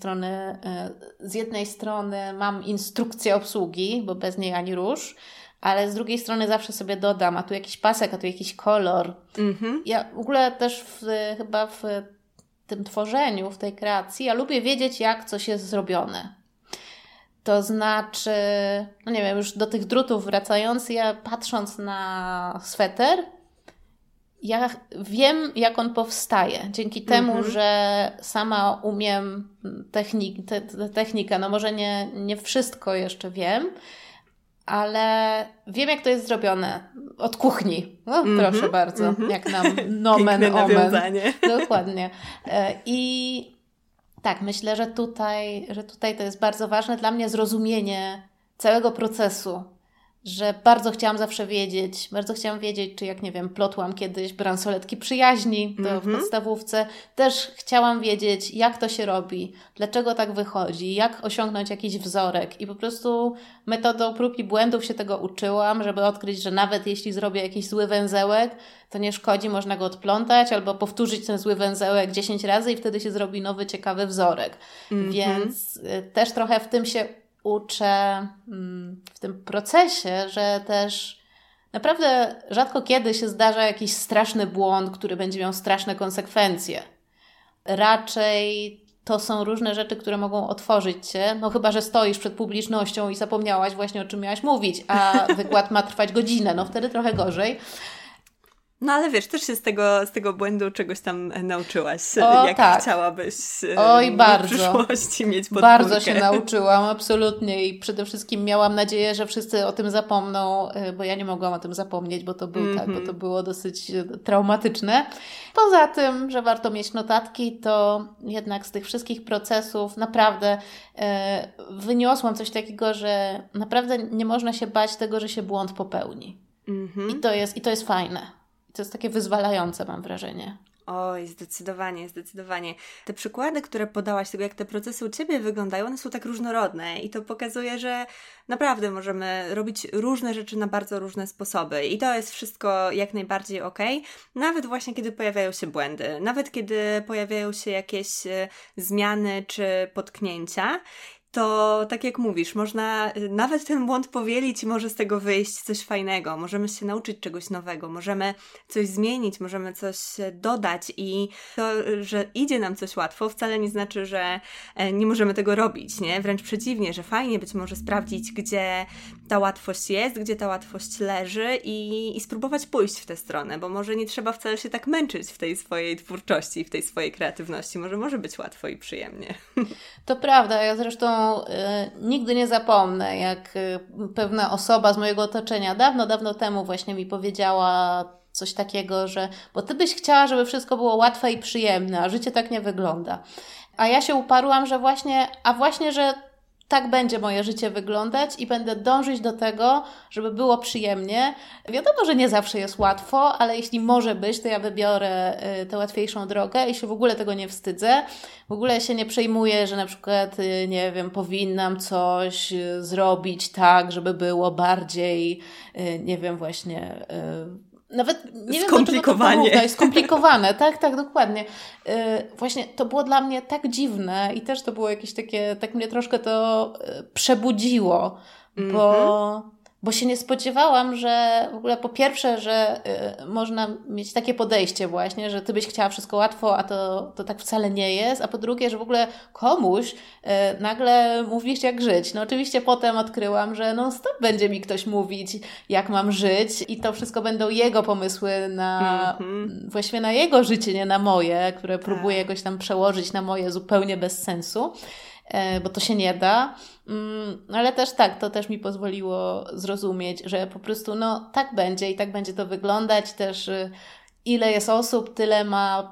S1: z jednej strony mam instrukcję obsługi, bo bez niej ani rusz, ale z drugiej strony zawsze sobie dodam, a tu jakiś pasek, a tu jakiś kolor. Ja w ogóle też chyba w tym tworzeniu, w tej kreacji, ja lubię wiedzieć, jak coś jest zrobione. To znaczy, no nie wiem, już do tych drutów wracając, ja patrząc na sweter, ja wiem, jak on powstaje. Dzięki temu, że sama umiem technikę, no może nie wszystko jeszcze wiem, ale wiem, jak to jest zrobione od kuchni. No, proszę bardzo, jak nam nomen omen. Dokładnie. I tak, myślę, że tutaj to jest bardzo ważne dla mnie zrozumienie całego procesu. Że bardzo chciałam zawsze wiedzieć, czy jak, nie wiem, plotłam kiedyś bransoletki przyjaźni w podstawówce, też chciałam wiedzieć, jak to się robi, dlaczego tak wychodzi, jak osiągnąć jakiś wzorek i po prostu metodą prób i błędów się tego uczyłam, żeby odkryć, że nawet jeśli zrobię jakiś zły węzełek, to nie szkodzi, można go odplątać albo powtórzyć ten zły węzełek 10 razy i wtedy się zrobi nowy, ciekawy wzorek. Więc też trochę w tym się uczę w tym procesie, że też naprawdę rzadko kiedy się zdarza jakiś straszny błąd, który będzie miał straszne konsekwencje. Raczej to są różne rzeczy, które mogą otworzyć Cię, no chyba że stoisz przed publicznością i zapomniałaś właśnie, o czym miałaś mówić, a wykład ma trwać godzinę, no wtedy trochę gorzej.
S2: No ale wiesz, też się z tego błędu czegoś tam nauczyłaś, jak chciałabyś w przyszłości mieć podpórkę.
S1: Bardzo się nauczyłam, absolutnie i przede wszystkim miałam nadzieję, że wszyscy o tym zapomną, bo ja nie mogłam o tym zapomnieć, bo to bo to było dosyć traumatyczne. Poza tym, że warto mieć notatki, to jednak z tych wszystkich procesów naprawdę wyniosłam coś takiego, że naprawdę nie można się bać tego, że się błąd popełni. I to jest fajne. To jest takie wyzwalające, mam wrażenie.
S2: Oj, zdecydowanie. Te przykłady, które podałaś, tego jak te procesy u Ciebie wyglądają, one są tak różnorodne i to pokazuje, że naprawdę możemy robić różne rzeczy na bardzo różne sposoby i to jest wszystko jak najbardziej okej. Nawet właśnie kiedy pojawiają się błędy, nawet kiedy pojawiają się jakieś zmiany czy potknięcia, to tak jak mówisz, można nawet ten błąd powielić i może z tego wyjść coś fajnego. Możemy się nauczyć czegoś nowego, możemy coś zmienić, możemy coś dodać i to, że idzie nam coś łatwo, wcale nie znaczy, że nie możemy tego robić, nie? Wręcz przeciwnie, że fajnie być może sprawdzić, gdzie ta łatwość jest, gdzie ta łatwość leży i spróbować pójść w tę stronę, bo może nie trzeba wcale się tak męczyć w tej swojej twórczości, w tej swojej kreatywności. Może być łatwo i przyjemnie.
S1: To prawda, ja zresztą nigdy nie zapomnę, jak pewna osoba z mojego otoczenia dawno temu właśnie mi powiedziała coś takiego, że bo ty byś chciała, żeby wszystko było łatwe i przyjemne, a życie tak nie wygląda. A ja się uparłam, że że tak będzie moje życie wyglądać i będę dążyć do tego, żeby było przyjemnie. Wiadomo, że nie zawsze jest łatwo, ale jeśli może być, to ja wybiorę tę łatwiejszą drogę i się w ogóle tego nie wstydzę. W ogóle się nie przejmuję, że na przykład, nie wiem, powinnam coś zrobić tak, żeby było bardziej, nie wiem, właśnie... Nawet nie wiem, do czego to porównać. Skomplikowane, tak, dokładnie. Właśnie to było dla mnie tak dziwne i też to było jakieś takie, tak mnie troszkę to przebudziło, bo się nie spodziewałam, że w ogóle po pierwsze, że można mieć takie podejście właśnie, że ty byś chciała wszystko łatwo, a to tak wcale nie jest, a po drugie, że w ogóle komuś nagle mówisz jak żyć. No oczywiście potem odkryłam, że non-stop będzie mi ktoś mówić, jak mam żyć i to wszystko będą jego pomysły na właściwie na jego życie, nie na moje, które próbuję jakoś tam przełożyć na moje zupełnie bez sensu. Bo to się nie da, ale też tak, to też mi pozwoliło zrozumieć, że po prostu tak będzie i tak będzie to wyglądać, też ile jest osób, tyle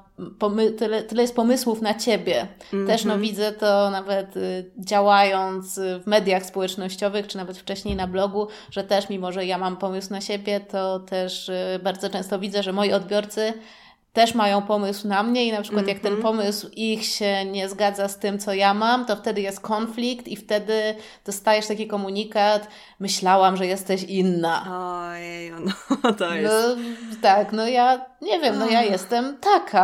S1: jest pomysłów na ciebie. Też widzę to nawet działając w mediach społecznościowych, czy nawet wcześniej na blogu, że też mimo, że ja mam pomysł na siebie, to też bardzo często widzę, że moi odbiorcy też mają pomysł na mnie i na przykład jak ten pomysł ich się nie zgadza z tym, co ja mam, to wtedy jest konflikt i wtedy dostajesz taki komunikat, myślałam, że jesteś inna.
S2: Ojej, to jest...
S1: Tak, ja nie wiem, ja jestem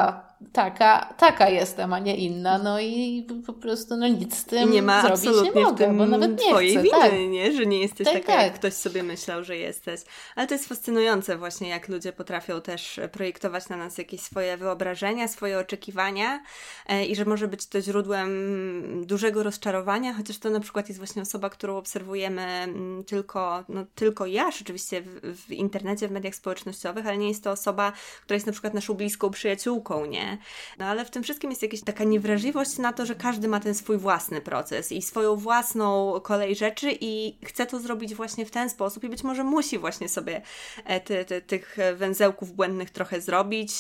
S1: taka jestem, a nie inna, i po prostu nic z tym
S2: nie ma
S1: zrobić nie mogę,
S2: w tym
S1: bo nawet nie
S2: twojej
S1: chcę.
S2: winy,
S1: tak.
S2: nie? Że nie jesteś taka, jak ktoś sobie myślał, że jesteś. Ale to jest fascynujące właśnie, jak ludzie potrafią też projektować na nas jakieś swoje wyobrażenia, swoje oczekiwania i że może być to źródłem dużego rozczarowania, chociaż to na przykład jest właśnie osoba, którą obserwujemy tylko ja, rzeczywiście w internecie, w mediach społecznościowych, ale nie jest to osoba, która jest na przykład naszą bliską przyjaciółką, nie? Ale w tym wszystkim jest jakaś taka niewrażliwość na to, że każdy ma ten swój własny proces i swoją własną kolej rzeczy i chce to zrobić właśnie w ten sposób i być może musi właśnie sobie tych węzełków błędnych trochę zrobić,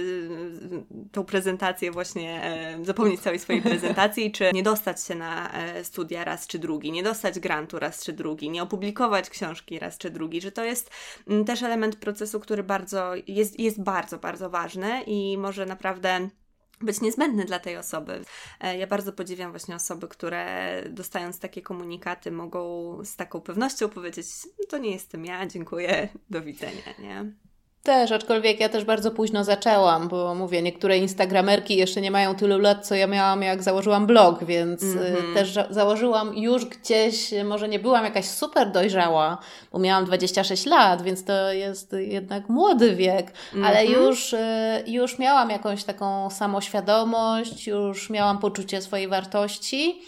S2: tą prezentację właśnie, zapomnieć całej swojej prezentacji, czy nie dostać się na studia raz czy drugi, nie dostać grantu raz czy drugi, nie opublikować książki raz czy drugi, że to jest też element procesu, który jest bardzo, bardzo ważny i może naprawdę być niezbędny dla tej osoby. Ja bardzo podziwiam właśnie osoby, które dostając takie komunikaty mogą z taką pewnością powiedzieć, to nie jestem ja, dziękuję, do widzenia, nie?
S1: Też, aczkolwiek ja też bardzo późno zaczęłam, bo mówię, niektóre instagramerki jeszcze nie mają tylu lat, co ja miałam, jak założyłam blog, więc też założyłam już gdzieś, może nie byłam jakaś super dojrzała, bo miałam 26 lat, więc to jest jednak młody wiek, ale już miałam jakąś taką samoświadomość, już miałam poczucie swojej wartości.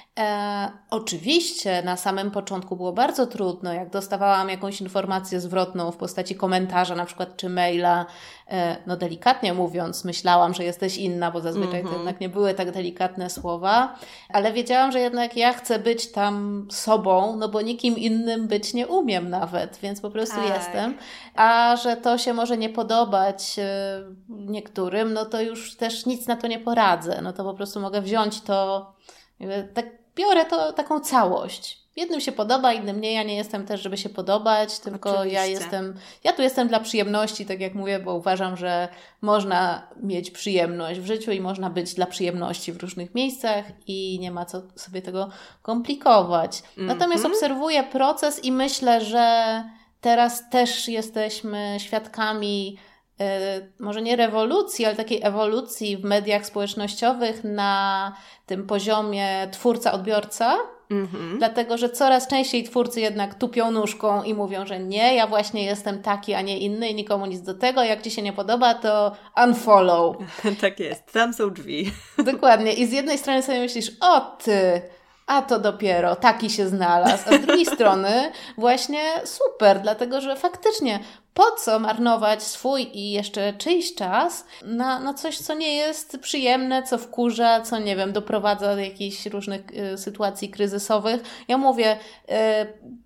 S1: Oczywiście na samym początku było bardzo trudno, jak dostawałam jakąś informację zwrotną w postaci komentarza na przykład czy maila, delikatnie mówiąc myślałam, że jesteś inna, bo zazwyczaj to jednak nie były tak delikatne słowa, ale wiedziałam, że jednak ja chcę być tam sobą, bo nikim innym być nie umiem nawet, więc po prostu jestem, a że to się może nie podobać niektórym, to już też nic na to nie poradzę, to po prostu mogę wziąć to, tak biorę to taką całość. Jednym się podoba, innym nie. Ja nie jestem też, żeby się podobać, tylko
S2: Oczywiście.
S1: ja tu jestem dla przyjemności, tak jak mówię, bo uważam, że można mieć przyjemność w życiu i można być dla przyjemności w różnych miejscach i nie ma co sobie tego komplikować. Natomiast obserwuję proces i myślę, że teraz też jesteśmy świadkami może nie rewolucji, ale takiej ewolucji w mediach społecznościowych na tym poziomie twórca-odbiorca, dlatego, że coraz częściej twórcy jednak tupią nóżką i mówią, że nie, ja właśnie jestem taki, a nie inny i nikomu nic do tego, jak Ci się nie podoba, to unfollow.
S2: Tak jest, tam są drzwi.
S1: Dokładnie i z jednej strony sobie myślisz, o ty, a to dopiero taki się znalazł, a z drugiej strony właśnie super, dlatego, że faktycznie po co marnować swój i jeszcze czyjś czas na coś, co nie jest przyjemne, co wkurza, co nie wiem, doprowadza do jakichś różnych sytuacji kryzysowych. Ja mówię,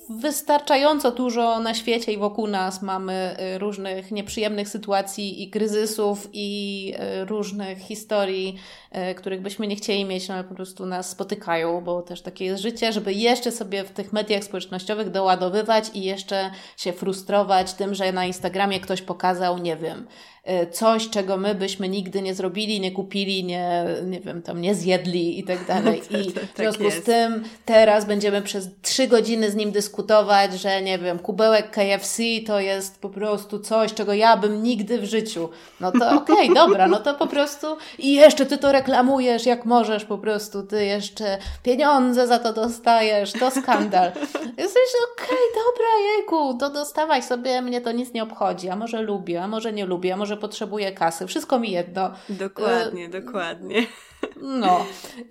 S1: wystarczająco dużo na świecie i wokół nas mamy różnych nieprzyjemnych sytuacji i kryzysów i różnych historii, których byśmy nie chcieli mieć, no ale po prostu nas spotykają, bo też takie jest życie, żeby jeszcze sobie w tych mediach społecznościowych doładowywać i jeszcze się frustrować tym, że na Instagramie ktoś pokazał, nie wiem, coś, czego my byśmy nigdy nie zrobili, nie kupili, nie wiem, tam nie zjedli i tak dalej. I w związku z tym teraz będziemy przez 3 godziny z nim dyskutować, że nie wiem, kubełek KFC to jest po prostu coś, czego ja bym nigdy w życiu. No to okej, dobra, no to po prostu i jeszcze ty to reklamujesz jak możesz, po prostu ty jeszcze pieniądze za to dostajesz, to skandal. Jesteś dobra, jejku, to dostawaj sobie, mnie to nic nie obchodzi, a może lubię, a może nie lubię, a może potrzebuję kasy, wszystko mi jedno.
S2: Dokładnie.
S1: No.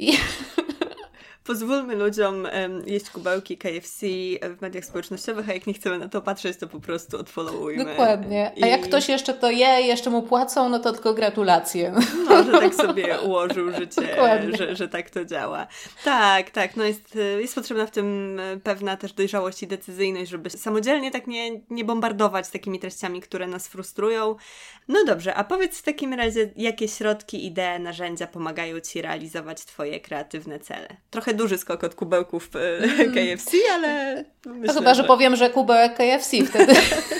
S2: Pozwólmy ludziom jeść kubełki KFC w mediach społecznościowych, a jak nie chcemy na to patrzeć, to po prostu odfollowujmy.
S1: Dokładnie. A jak ktoś jeszcze to je i jeszcze mu płacą, no to tylko gratulacje.
S2: No, że tak sobie ułożył życie, że tak to działa. Tak. No jest potrzebna w tym pewna też dojrzałość i decyzyjność, żeby samodzielnie tak nie bombardować takimi treściami, które nas frustrują. No dobrze, a powiedz w takim razie, jakie środki, idee, narzędzia pomagają Ci realizować Twoje kreatywne cele? Trochę duży skok od kubełków KFC, ale myślę,
S1: chyba, że powiem, że kubełek KFC wtedy.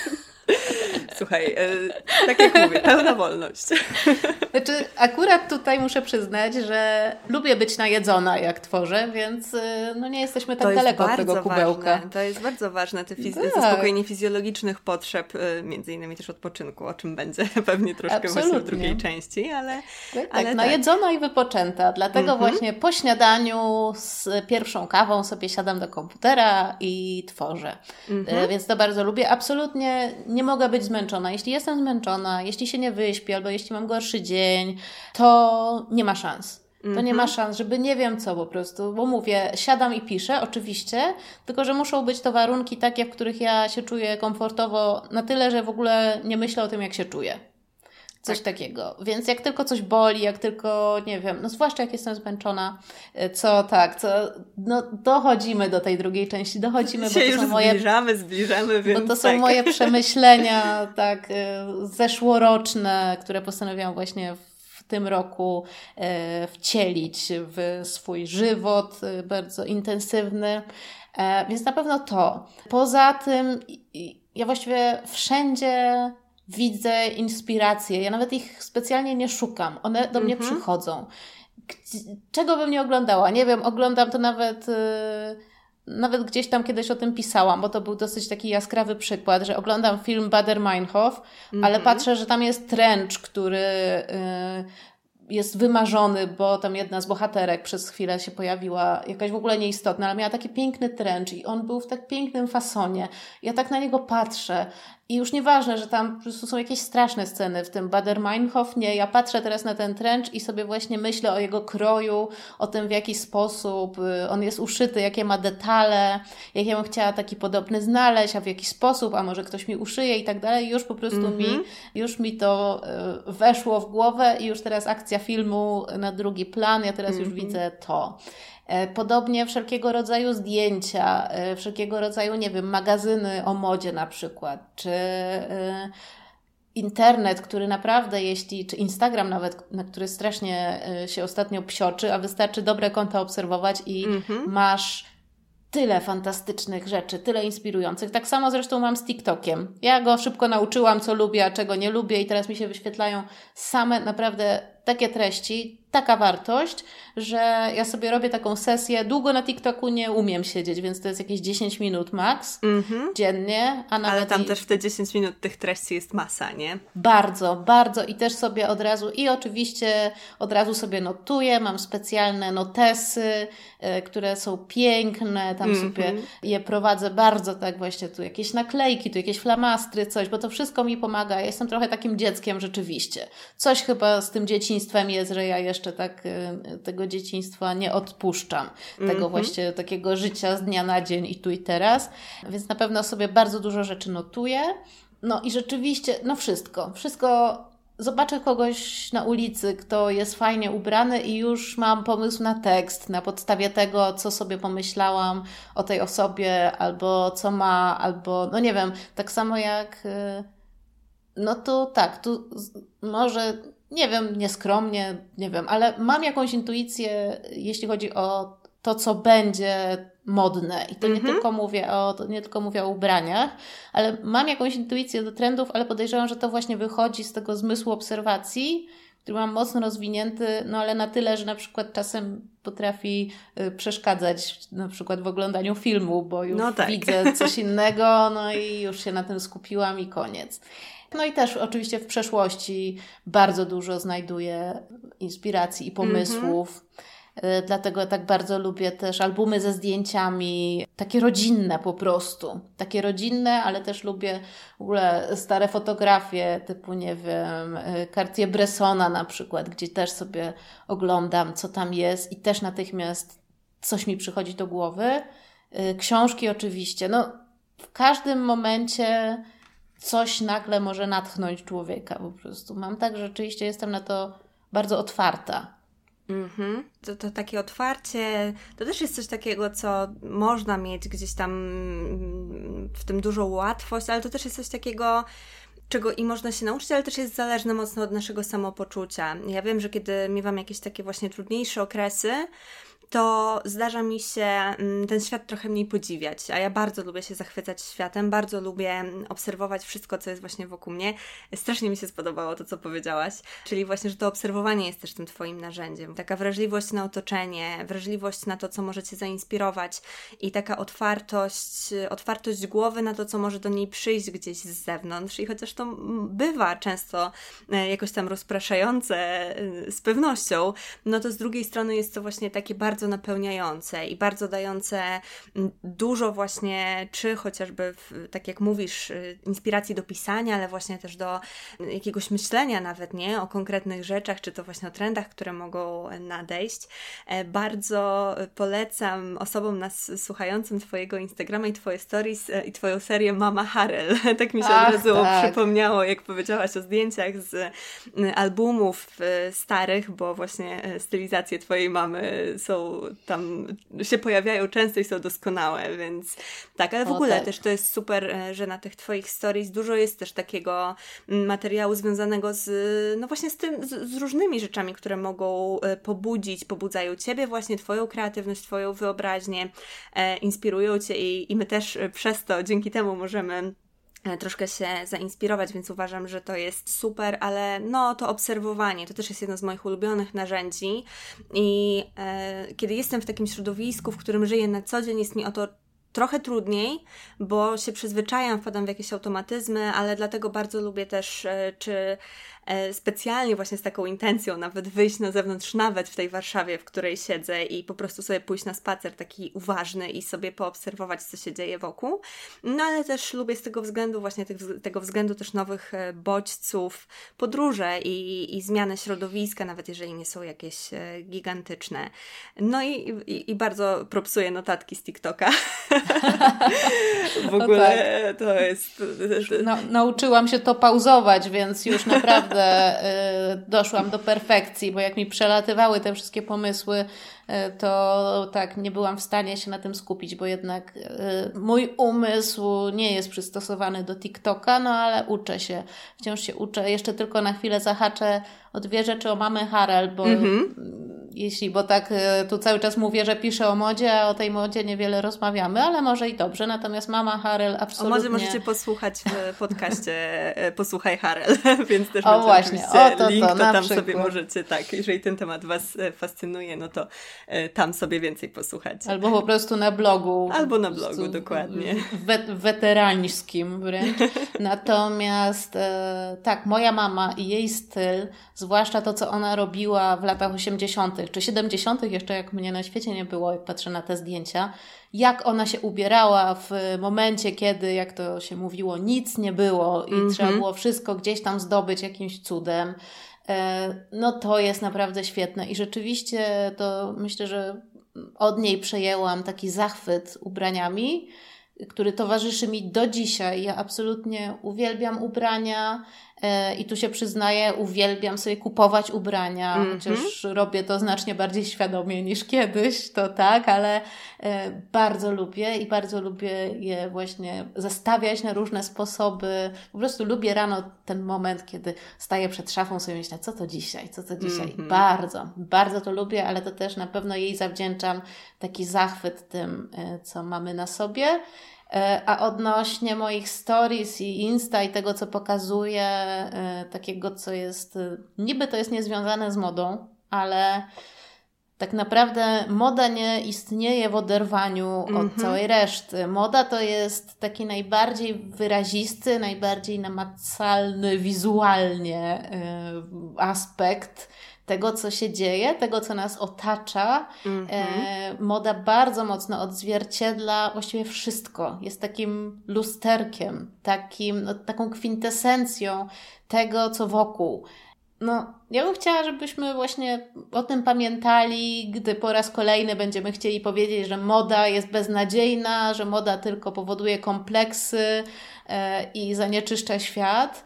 S2: Słuchaj, tak jak mówię, pełna wolność.
S1: Znaczy, akurat tutaj muszę przyznać, że lubię być najedzona, jak tworzę, więc no nie jesteśmy tak daleko od tego kubełka.
S2: Ważne. To jest bardzo ważne, te zaspokojenie fizjologicznych potrzeb, między innymi też odpoczynku, o czym będzie pewnie troszkę właśnie w drugiej części, ale
S1: najedzona i wypoczęta. Dlatego właśnie po śniadaniu z pierwszą kawą sobie siadam do komputera i tworzę. Więc to bardzo lubię. Absolutnie nie mogę być zmęczona. Jeśli jestem zmęczona, jeśli się nie wyśpię, albo jeśli mam gorszy dzień, to nie ma szans. To nie ma szans, żeby nie wiem co po prostu, bo mówię, siadam i piszę, oczywiście, tylko że muszą być to warunki takie, w których ja się czuję komfortowo na tyle, że w ogóle nie myślę o tym, jak się czuję. Coś takiego. Więc jak tylko coś boli, jak tylko, nie wiem, no zwłaszcza jak jestem zmęczona, dochodzimy do tej drugiej części, bo to są moje...
S2: zbliżamy, więc
S1: bo to są moje przemyślenia, zeszłoroczne, które postanowiłam właśnie w tym roku wcielić w swój żywot bardzo intensywny. Więc na pewno to. Poza tym ja właściwie wszędzie widzę inspiracje. Ja nawet ich specjalnie nie szukam. One do mnie przychodzą. Czego bym nie oglądała? Nie wiem, oglądam to nawet gdzieś tam kiedyś o tym pisałam, bo to był dosyć taki jaskrawy przykład, że oglądam film Baader-Meinhof, ale patrzę, że tam jest trench, który jest wymarzony, bo tam jedna z bohaterek przez chwilę się pojawiła, jakaś w ogóle nieistotna, ale miała taki piękny trench i on był w tak pięknym fasonie. Ja tak na niego patrzę i już nieważne, że tam po prostu są jakieś straszne sceny w tym Baader-Meinhof, nie, ja patrzę teraz na ten trench i sobie właśnie myślę o jego kroju, o tym w jaki sposób on jest uszyty, jakie ma detale, jak ja bym chciała taki podobny znaleźć, a w jaki sposób, a może ktoś mi uszyje i tak dalej. Już po prostu już mi to weszło w głowę i już teraz akcja filmu na drugi plan, ja teraz już widzę to. Podobnie wszelkiego rodzaju zdjęcia, wszelkiego rodzaju, nie wiem, magazyny o modzie na przykład, czy internet, który naprawdę czy Instagram nawet, na który strasznie się ostatnio psioczy, a wystarczy dobre konta obserwować i masz tyle fantastycznych rzeczy, tyle inspirujących. Tak samo zresztą mam z TikTokiem. Ja go szybko nauczyłam, co lubię, a czego nie lubię i teraz mi się wyświetlają same naprawdę takie treści, taka wartość, że ja sobie robię taką sesję. Długo na TikToku nie umiem siedzieć, więc to jest jakieś 10 minut max dziennie.
S2: Ale tam też w te 10 minut tych treści jest masa, nie?
S1: Bardzo, bardzo i też sobie oczywiście od razu sobie notuję. Mam specjalne notesy, które są piękne. Tam sobie je prowadzę bardzo tak właśnie. Tu jakieś naklejki, tu jakieś flamastry, coś, bo to wszystko mi pomaga. Ja jestem trochę takim dzieckiem rzeczywiście. Coś chyba z tym dzieciństwem jest, że ja jeszcze tak tego dzieciństwa nie odpuszczam. Tego właśnie takiego życia z dnia na dzień i tu i teraz. Więc na pewno sobie bardzo dużo rzeczy notuję. No i rzeczywiście, no wszystko zobaczę kogoś na ulicy, kto jest fajnie ubrany i już mam pomysł na tekst na podstawie tego, co sobie pomyślałam o tej osobie, albo co ma, albo no nie wiem, tak samo jak no to tak, tu może nie wiem, nieskromnie, nie wiem, ale mam jakąś intuicję, jeśli chodzi o to, co będzie modne. I to nie tylko mówię o ubraniach, ale mam jakąś intuicję do trendów, ale podejrzewam, że to właśnie wychodzi z tego zmysłu obserwacji, który mam mocno rozwinięty, no ale na tyle, że na przykład czasem potrafi przeszkadzać na przykład w oglądaniu filmu, bo już widzę coś innego, no i już się na tym skupiłam i koniec. No i też oczywiście w przeszłości bardzo dużo znajduję inspiracji i pomysłów. Dlatego tak bardzo lubię też albumy ze zdjęciami, takie rodzinne po prostu. Takie rodzinne, ale też lubię w ogóle stare fotografie typu, nie wiem, Cartier-Bressona na przykład, gdzie też sobie oglądam, co tam jest i też natychmiast coś mi przychodzi do głowy. Książki oczywiście. No, w każdym momencie coś nagle może natchnąć człowieka po prostu. Mam tak, że rzeczywiście jestem na to bardzo otwarta.
S2: To takie otwarcie, to też jest coś takiego, co można mieć gdzieś tam w tym dużą łatwość, ale to też jest coś takiego, czego i można się nauczyć, ale też jest zależne mocno od naszego samopoczucia. Ja wiem, że kiedy miewam jakieś takie właśnie trudniejsze okresy, to zdarza mi się ten świat trochę mniej podziwiać, a ja bardzo lubię się zachwycać światem, bardzo lubię obserwować wszystko, co jest właśnie wokół mnie. Strasznie mi się spodobało to, co powiedziałaś, czyli właśnie, że to obserwowanie jest też tym Twoim narzędziem. Taka wrażliwość na otoczenie, wrażliwość na to, co może Cię zainspirować i taka otwartość głowy na to, co może do niej przyjść gdzieś z zewnątrz i chociaż to bywa często jakoś tam rozpraszające z pewnością, no to z drugiej strony jest to właśnie takie bardzo napełniające i bardzo dające dużo właśnie, czy chociażby, tak jak mówisz, inspiracji do pisania, ale właśnie też do jakiegoś myślenia nawet, nie? O konkretnych rzeczach, czy to właśnie o trendach, które mogą nadejść. Bardzo polecam osobom nas słuchającym Twojego Instagrama i Twoje stories i Twoją serię Mama Harel. Tak mi się od razu przypomniało, jak powiedziałaś o zdjęciach z albumów starych, bo właśnie stylizacje Twojej mamy są tam, się pojawiają często i są doskonałe, więc tak, ale w ogóle też to jest super, że na tych Twoich stories dużo jest też takiego materiału związanego z, no właśnie z tym, z różnymi rzeczami, które mogą pobudzają Ciebie właśnie, Twoją kreatywność, Twoją wyobraźnię, inspirują Cię i my też przez to, dzięki temu możemy troszkę się zainspirować, więc uważam, że to jest super, ale no to obserwowanie, to też jest jedno z moich ulubionych narzędzi i kiedy jestem w takim środowisku, w którym żyję na co dzień, jest mi o to trochę trudniej, bo się przyzwyczajam, wpadam w jakieś automatyzmy, ale dlatego bardzo lubię też, czy specjalnie właśnie z taką intencją nawet wyjść na zewnątrz, nawet w tej Warszawie, w której siedzę i po prostu sobie pójść na spacer taki uważny i sobie poobserwować, co się dzieje wokół. No ale też lubię z tego względu, właśnie tego względu też nowych bodźców, podróże i zmiany środowiska, nawet jeżeli nie są jakieś gigantyczne. No i bardzo propsuję notatki z TikToka. W ogóle tak. To jest...
S1: Nauczyłam się to pauzować, więc już naprawdę doszłam do perfekcji, bo jak mi przelatywały te wszystkie pomysły, to tak, nie byłam w stanie się na tym skupić, bo jednak mój umysł nie jest przystosowany do TikToka, no ale uczę się, wciąż się uczę. Jeszcze tylko na chwilę zahaczę o dwie rzeczy o mamy Harel, bo bo tak tu cały czas mówię, że piszę o modzie, a o tej modzie niewiele rozmawiamy, ale może i dobrze, natomiast mama Harel absolutnie...
S2: O modzie możecie posłuchać w podcaście Posłuchaj Harel, więc też
S1: będzie właśnie,
S2: link, to tam przykład. Sobie możecie, tak, jeżeli ten temat Was fascynuje, no to tam sobie więcej posłuchać.
S1: Albo po prostu na blogu.
S2: Albo na blogu, dokładnie.
S1: Weterańskim wręcz. Natomiast tak, moja mama i jej styl, zwłaszcza to, co ona robiła w latach 80. czy 70. jeszcze, jak mnie na świecie nie było, jak patrzę na te zdjęcia, jak ona się ubierała w momencie, kiedy, jak to się mówiło, nic nie było i trzeba było wszystko gdzieś tam zdobyć jakimś cudem. No to jest naprawdę świetne i rzeczywiście to myślę, że od niej przejęłam taki zachwyt ubraniami, który towarzyszy mi do dzisiaj. Ja absolutnie uwielbiam ubrania I tu się przyznaję, uwielbiam sobie kupować ubrania, chociaż robię to znacznie bardziej świadomie niż kiedyś, to tak, ale bardzo lubię i bardzo lubię je właśnie zestawiać na różne sposoby. Po prostu lubię rano ten moment, kiedy staję przed szafą, sobie myślę, co to dzisiaj. Bardzo to lubię, ale to też na pewno jej zawdzięczam taki zachwyt tym, co mamy na sobie. A odnośnie moich stories i Insta i tego, co pokazuję, takiego, co jest, niby to jest niezwiązane z modą, ale tak naprawdę moda nie istnieje w oderwaniu od całej reszty. Moda to jest taki najbardziej wyrazisty, najbardziej namacalny wizualnie aspekt tego, co się dzieje, tego, co nas otacza. Moda bardzo mocno odzwierciedla właściwie wszystko. Jest takim lusterkiem, taką kwintesencją tego, co wokół. Ja bym chciała, żebyśmy właśnie o tym pamiętali, gdy po raz kolejny będziemy chcieli powiedzieć, że moda jest beznadziejna, że moda tylko powoduje kompleksy i zanieczyszcza świat,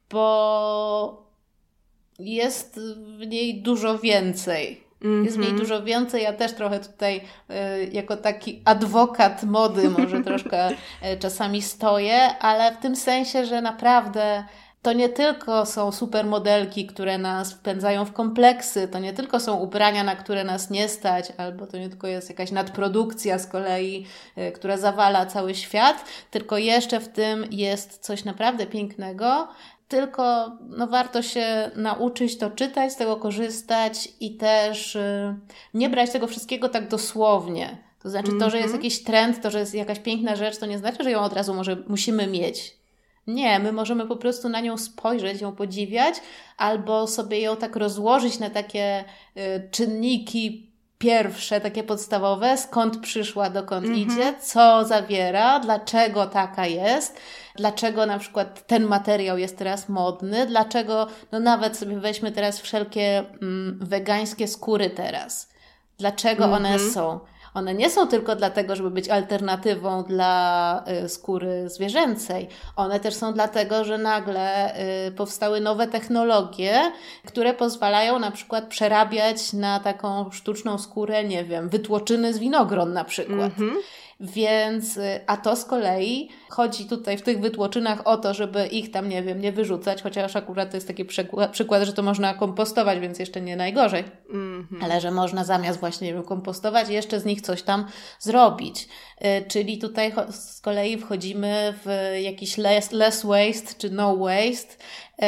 S1: bo jest w niej dużo więcej. Jest w niej dużo więcej. Ja też trochę tutaj jako taki adwokat mody może troszkę czasami stoję, ale w tym sensie, że naprawdę to nie tylko są supermodelki, które nas wpędzają w kompleksy, to nie tylko są ubrania, na które nas nie stać, albo to nie tylko jest jakaś nadprodukcja z kolei, która zawala cały świat, tylko jeszcze w tym jest coś naprawdę pięknego. Tylko warto się nauczyć to czytać, z tego korzystać i też nie brać tego wszystkiego tak dosłownie. To znaczy to, że jest jakiś trend, to, że jest jakaś piękna rzecz, to nie znaczy, że ją od razu musimy mieć. Nie, my możemy po prostu na nią spojrzeć, ją podziwiać, albo sobie ją tak rozłożyć na takie czynniki pierwsze, takie podstawowe, skąd przyszła, dokąd idzie, co zawiera, dlaczego taka jest, dlaczego na przykład ten materiał jest teraz modny, dlaczego, nawet sobie weźmy teraz wszelkie wegańskie skóry teraz. Dlaczego one są? One nie są tylko dlatego, żeby być alternatywą dla skóry zwierzęcej. One też są dlatego, że nagle powstały nowe technologie, które pozwalają na przykład przerabiać na taką sztuczną skórę, nie wiem, wytłoczyny z winogron na przykład. Więc, a to z kolei chodzi tutaj w tych wytłoczynach o to, żeby ich tam, nie wiem, nie wyrzucać, chociaż akurat to jest taki przykład, że to można kompostować, więc jeszcze nie najgorzej, ale że można zamiast właśnie, nie wiem, kompostować, jeszcze z nich coś tam zrobić. Czyli tutaj z kolei wchodzimy w jakiś less waste czy no waste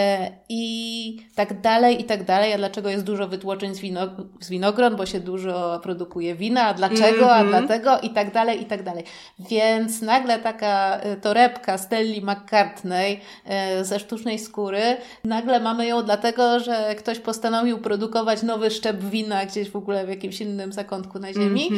S1: i tak dalej, i tak dalej. A dlaczego jest dużo wytłoczeń z winogron? Bo się dużo produkuje wina. A dlaczego? A dlatego? I tak dalej, i tak dalej. Więc nagle taka torebka Stelli McCartney ze sztucznej skóry, nagle mamy ją dlatego, że ktoś postanowił produkować nowy szczep wina gdzieś w ogóle w jakimś innym zakątku na ziemi.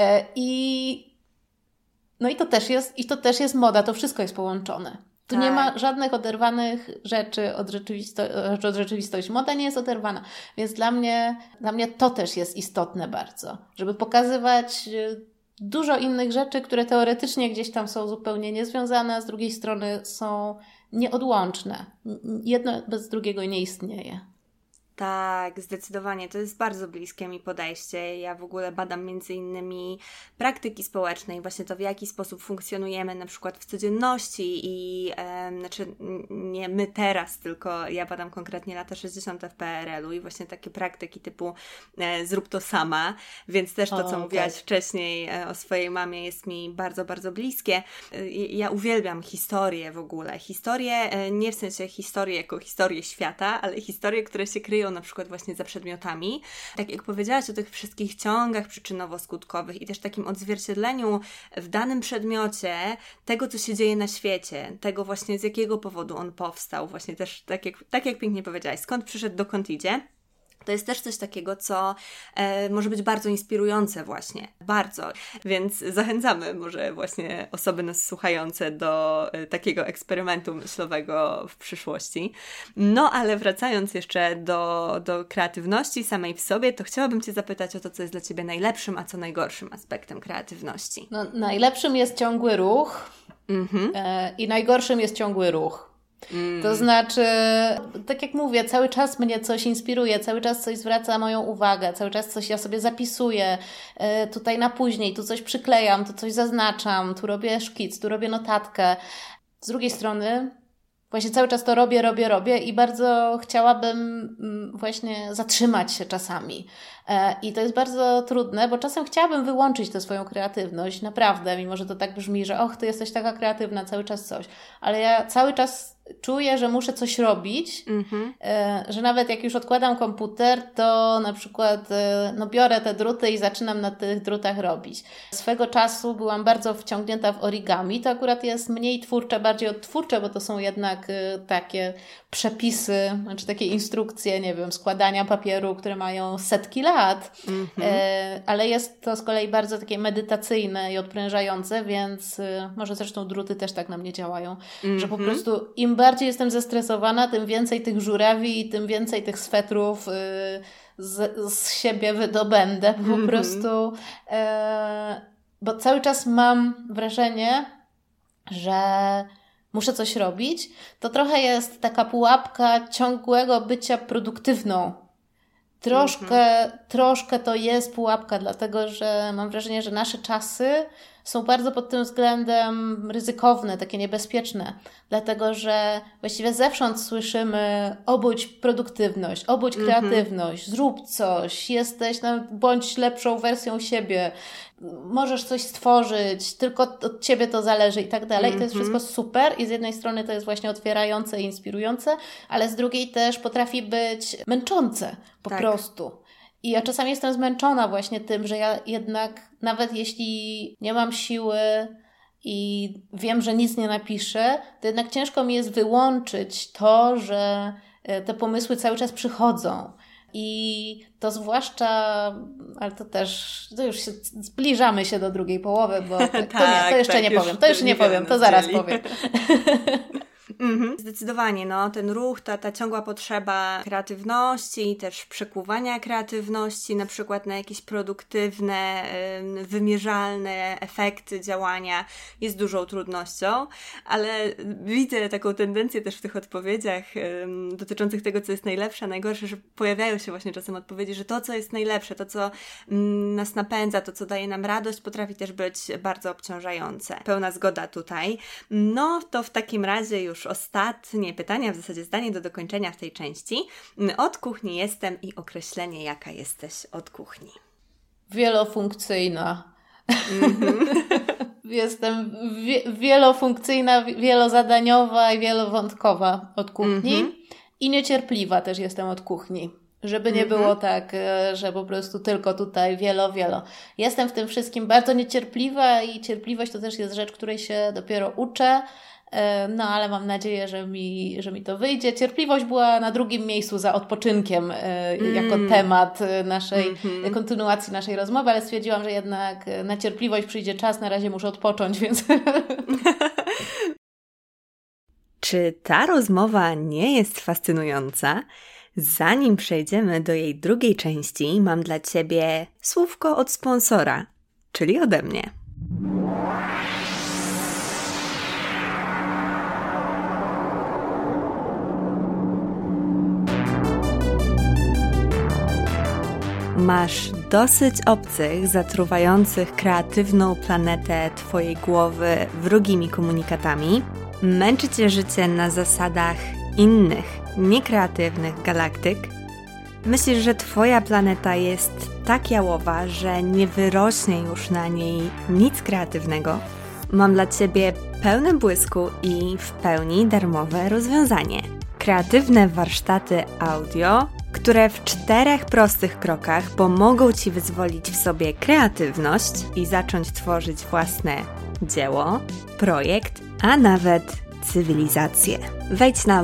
S1: I to też jest moda, to wszystko jest połączone. Tu nie ma żadnych oderwanych rzeczy od rzeczywistości. Moda nie jest oderwana. Więc dla mnie to też jest istotne bardzo, żeby pokazywać dużo innych rzeczy, które teoretycznie gdzieś tam są zupełnie niezwiązane, a z drugiej strony są nieodłączne. Jedno bez drugiego nie istnieje.
S2: Tak, zdecydowanie. To jest bardzo bliskie mi podejście. Ja w ogóle badam między innymi praktyki społeczne i właśnie to, w jaki sposób funkcjonujemy na przykład w codzienności i nie my teraz, tylko ja badam konkretnie lata 60. w PRL-u i właśnie takie praktyki typu zrób to sama, więc też to, co mówiłaś wcześniej o swojej mamie jest mi bardzo, bardzo bliskie. Ja uwielbiam historię w ogóle. Historię, nie w sensie historię jako historię świata, ale historie, które się kryją na przykład właśnie za przedmiotami. Tak jak powiedziałaś o tych wszystkich ciągach przyczynowo-skutkowych i też takim odzwierciedleniu w danym przedmiocie tego, co się dzieje na świecie, tego właśnie z jakiego powodu on powstał, właśnie też tak jak pięknie powiedziałaś, skąd przyszedł, dokąd idzie. To jest też coś takiego, co może być bardzo inspirujące właśnie. Bardzo. Więc zachęcamy może właśnie osoby nas słuchające do takiego eksperymentu myślowego w przyszłości. No, ale wracając jeszcze do kreatywności samej w sobie, to chciałabym Cię zapytać o to, co jest dla Ciebie najlepszym, a co najgorszym aspektem kreatywności.
S1: Najlepszym jest ciągły ruch i najgorszym jest ciągły ruch. To znaczy, tak jak mówię, cały czas mnie coś inspiruje, cały czas coś zwraca moją uwagę, cały czas coś ja sobie zapisuję, tutaj na później, tu coś przyklejam, tu coś zaznaczam, tu robię szkic, tu robię notatkę. Z drugiej strony właśnie cały czas to robię i bardzo chciałabym właśnie zatrzymać się czasami. I to jest bardzo trudne, bo czasem chciałabym wyłączyć tę swoją kreatywność, naprawdę, mimo że to tak brzmi, że ty jesteś taka kreatywna, cały czas coś. Ale ja cały czas czuję, że muszę coś robić, że nawet jak już odkładam komputer, to na przykład biorę te druty i zaczynam na tych drutach robić. Swego czasu byłam bardzo wciągnięta w origami, to akurat jest mniej twórcze, bardziej odtwórcze, bo to są jednak takie przepisy, znaczy takie instrukcje, nie wiem, składania papieru, które mają setki lat, ale jest to z kolei bardzo takie medytacyjne i odprężające, więc może zresztą druty też tak na mnie działają, że po prostu im bardziej jestem zestresowana, tym więcej tych żurawi i tym więcej tych swetrów z siebie wydobędę po prostu, bo cały czas mam wrażenie, że muszę coś robić. To trochę jest taka pułapka ciągłego bycia produktywną. Troszkę to jest pułapka, dlatego że mam wrażenie, że nasze czasy są bardzo pod tym względem ryzykowne, takie niebezpieczne, dlatego że właściwie zewsząd słyszymy obudź produktywność, obudź kreatywność, zrób coś, bądź lepszą wersją siebie, możesz coś stworzyć, tylko od ciebie to zależy i tak dalej. I to jest wszystko super i z jednej strony to jest właśnie otwierające i inspirujące, ale z drugiej też potrafi być męczące po prostu. I ja czasami jestem zmęczona właśnie tym, że ja jednak, nawet jeśli nie mam siły i wiem, że nic nie napiszę, to jednak ciężko mi jest wyłączyć to, że te pomysły cały czas przychodzą. I to zwłaszcza, ale to już zbliżamy się do drugiej połowy, bo to jeszcze nie powiem, to zaraz powiem.
S2: Zdecydowanie, ten ruch, ta ciągła potrzeba kreatywności, też przekuwania kreatywności, na przykład na jakieś produktywne, wymierzalne efekty działania jest dużą trudnością, ale widzę taką tendencję też w tych odpowiedziach dotyczących tego, co jest najlepsze, a najgorsze, że pojawiają się właśnie czasem odpowiedzi, że to, co jest najlepsze, to, co nas napędza, to, co daje nam radość, potrafi też być bardzo obciążające. Pełna zgoda tutaj. To w takim razie już ostatnie pytania, w zasadzie zdanie do dokończenia w tej części. Od kuchni jestem i określenie, jaka jesteś od kuchni.
S1: Wielofunkcyjna. Jestem wielofunkcyjna, wielozadaniowa i wielowątkowa od kuchni i niecierpliwa też jestem od kuchni. Żeby nie było tak, że po prostu tylko tutaj wielo. Jestem w tym wszystkim bardzo niecierpliwa i cierpliwość to też jest rzecz, której się dopiero uczę. Ale mam nadzieję, że mi to wyjdzie. Cierpliwość była na drugim miejscu za odpoczynkiem jako temat naszej kontynuacji naszej rozmowy, ale stwierdziłam, że jednak na cierpliwość przyjdzie czas, na razie muszę odpocząć, więc...
S2: Czy ta rozmowa nie jest fascynująca? Zanim przejdziemy do jej drugiej części, mam dla Ciebie słówko od sponsora, czyli ode mnie. Masz dosyć obcych, zatruwających kreatywną planetę Twojej głowy wrogimi komunikatami? Męczy Cię życie na zasadach innych, niekreatywnych galaktyk? Myślisz, że Twoja planeta jest tak jałowa, że nie wyrośnie już na niej nic kreatywnego? Mam dla Ciebie pełne błysku i w pełni darmowe rozwiązanie. Kreatywne warsztaty audio, które w 4 prostych krokach pomogą Ci wyzwolić w sobie kreatywność i zacząć tworzyć własne dzieło, projekt, a nawet cywilizację. Wejdź na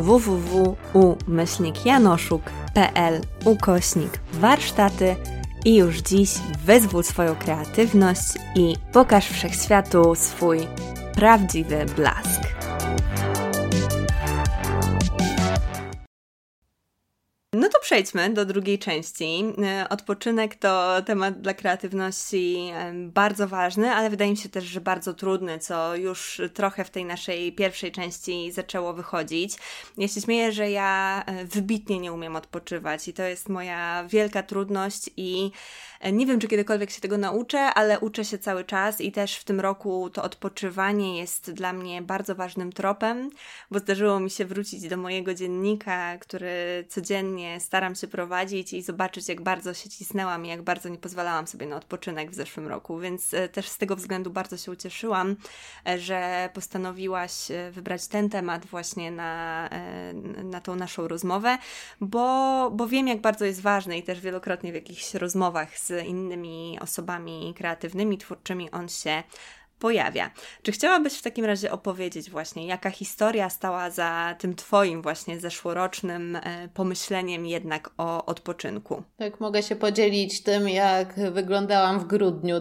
S2: www.janoszuk.pl/warsztaty i już dziś wyzwól swoją kreatywność i pokaż wszechświatu swój prawdziwy blask. To przejdźmy do drugiej części. Odpoczynek to temat dla kreatywności bardzo ważny, ale wydaje mi się też, że bardzo trudny, co już trochę w tej naszej pierwszej części zaczęło wychodzić. Ja się śmieję, że ja wybitnie nie umiem odpoczywać i to jest moja wielka trudność i nie wiem, czy kiedykolwiek się tego nauczę, ale uczę się cały czas i też w tym roku to odpoczywanie jest dla mnie bardzo ważnym tropem, bo zdarzyło mi się wrócić do mojego dziennika, który codziennie staram się prowadzić i zobaczyć, jak bardzo się cisnęłam i jak bardzo nie pozwalałam sobie na odpoczynek w zeszłym roku, więc też z tego względu bardzo się ucieszyłam, że postanowiłaś wybrać ten temat właśnie na tą naszą rozmowę, bo wiem, jak bardzo jest ważny i też wielokrotnie w jakichś rozmowach z innymi osobami kreatywnymi, twórczymi on się pojawia. Czy chciałabyś w takim razie opowiedzieć właśnie, jaka historia stała za tym Twoim właśnie zeszłorocznym pomyśleniem jednak o odpoczynku?
S1: Tak, mogę się podzielić tym, jak wyglądałam w grudniu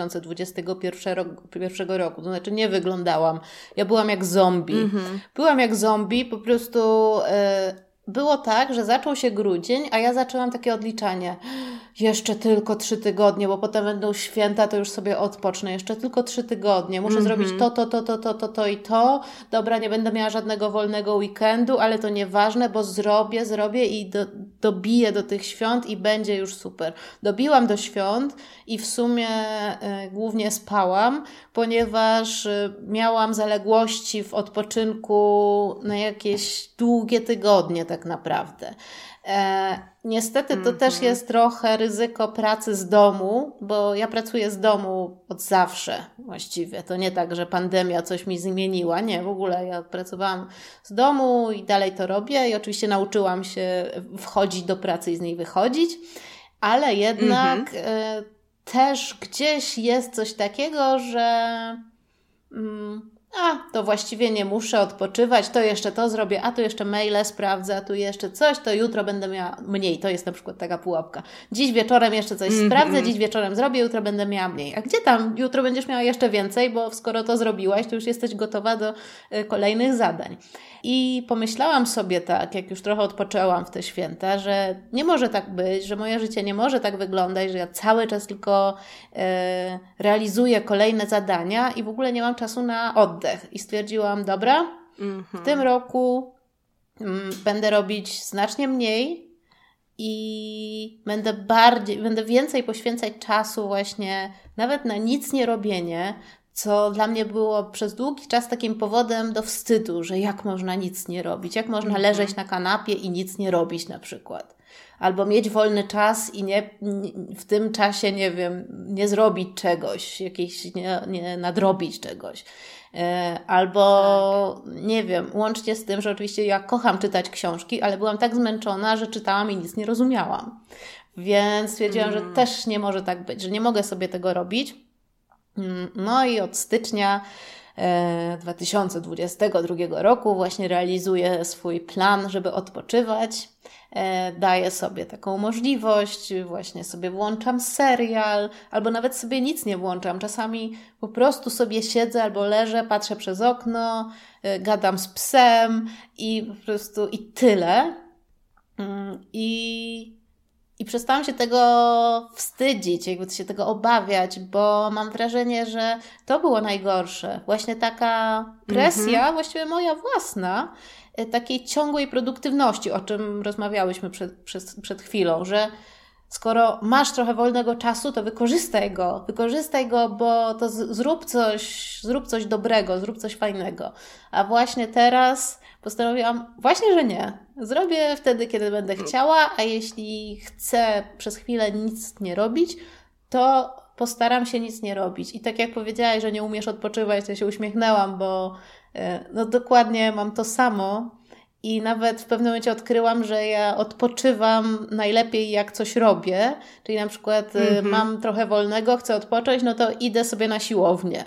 S1: 2021 roku. To znaczy nie wyglądałam. Ja byłam jak zombie. Byłam jak zombie, po prostu... Było tak, że zaczął się grudzień, a ja zaczęłam takie odliczanie. Jeszcze tylko 3 tygodnie, bo potem będą święta, to już sobie odpocznę. Jeszcze tylko 3 tygodnie. Muszę zrobić to i to. Dobra, nie będę miała żadnego wolnego weekendu, ale to nieważne, bo zrobię i dobiję do tych świąt i będzie już super. Dobiłam do świąt i w sumie głównie spałam, ponieważ miałam zaległości w odpoczynku na jakieś długie tygodnie tak naprawdę. Niestety to też jest trochę ryzyko pracy z domu, bo ja pracuję z domu od zawsze właściwie. To nie tak, że pandemia coś mi zmieniła. Nie, w ogóle ja pracowałam z domu i dalej to robię i oczywiście nauczyłam się wchodzić do pracy i z niej wychodzić, ale jednak też gdzieś jest coś takiego, że to właściwie nie muszę odpoczywać, to jeszcze to zrobię, a tu jeszcze maile sprawdzę, a tu jeszcze coś, to jutro będę miała mniej. To jest na przykład taka pułapka. Dziś wieczorem jeszcze coś sprawdzę, dziś wieczorem zrobię, jutro będę miała mniej. A gdzie tam? Jutro będziesz miała jeszcze więcej, bo skoro to zrobiłaś, to już jesteś gotowa do kolejnych zadań. I pomyślałam sobie tak, jak już trochę odpoczęłam w te święta, że nie może tak być, że moje życie nie może tak wyglądać, że ja cały czas tylko realizuję kolejne zadania i w ogóle nie mam czasu na oddech. I stwierdziłam, dobra, w tym roku będę robić znacznie mniej i będę więcej poświęcać czasu właśnie nawet na nic nie robienie, co dla mnie było przez długi czas takim powodem do wstydu, że jak można nic nie robić, jak można leżeć na kanapie i nic nie robić na przykład. Albo mieć wolny czas i w tym czasie, nie wiem, nie zrobić czegoś, nie nadrobić czegoś. Albo, nie wiem, łącznie z tym, że oczywiście ja kocham czytać książki, ale byłam tak zmęczona, że czytałam i nic nie rozumiałam. Więc stwierdziłam, że też nie może tak być, że nie mogę sobie tego robić. No i od stycznia 2022 roku właśnie realizuję swój plan, żeby odpoczywać. Daję sobie taką możliwość, właśnie sobie włączam serial, albo nawet sobie nic nie włączam. Czasami po prostu sobie siedzę albo leżę, patrzę przez okno, gadam z psem i po prostu i tyle. I przestałam się tego wstydzić, jakby się tego obawiać, bo mam wrażenie, że to było najgorsze. Właśnie taka presja, właściwie moja własna, takiej ciągłej produktywności, o czym rozmawiałyśmy przed chwilą, że skoro masz trochę wolnego czasu, to wykorzystaj go, bo to zrób coś dobrego, zrób coś fajnego. A właśnie teraz postanowiłam właśnie, że nie. Zrobię wtedy, kiedy będę chciała, a jeśli chcę przez chwilę nic nie robić, to postaram się nic nie robić. I tak jak powiedziałaś, że nie umiesz odpoczywać, to ja się uśmiechnęłam, bo dokładnie mam to samo. I nawet w pewnym momencie odkryłam, że ja odpoczywam najlepiej jak coś robię. Czyli na przykład mam trochę wolnego, chcę odpocząć, no to idę sobie na siłownię.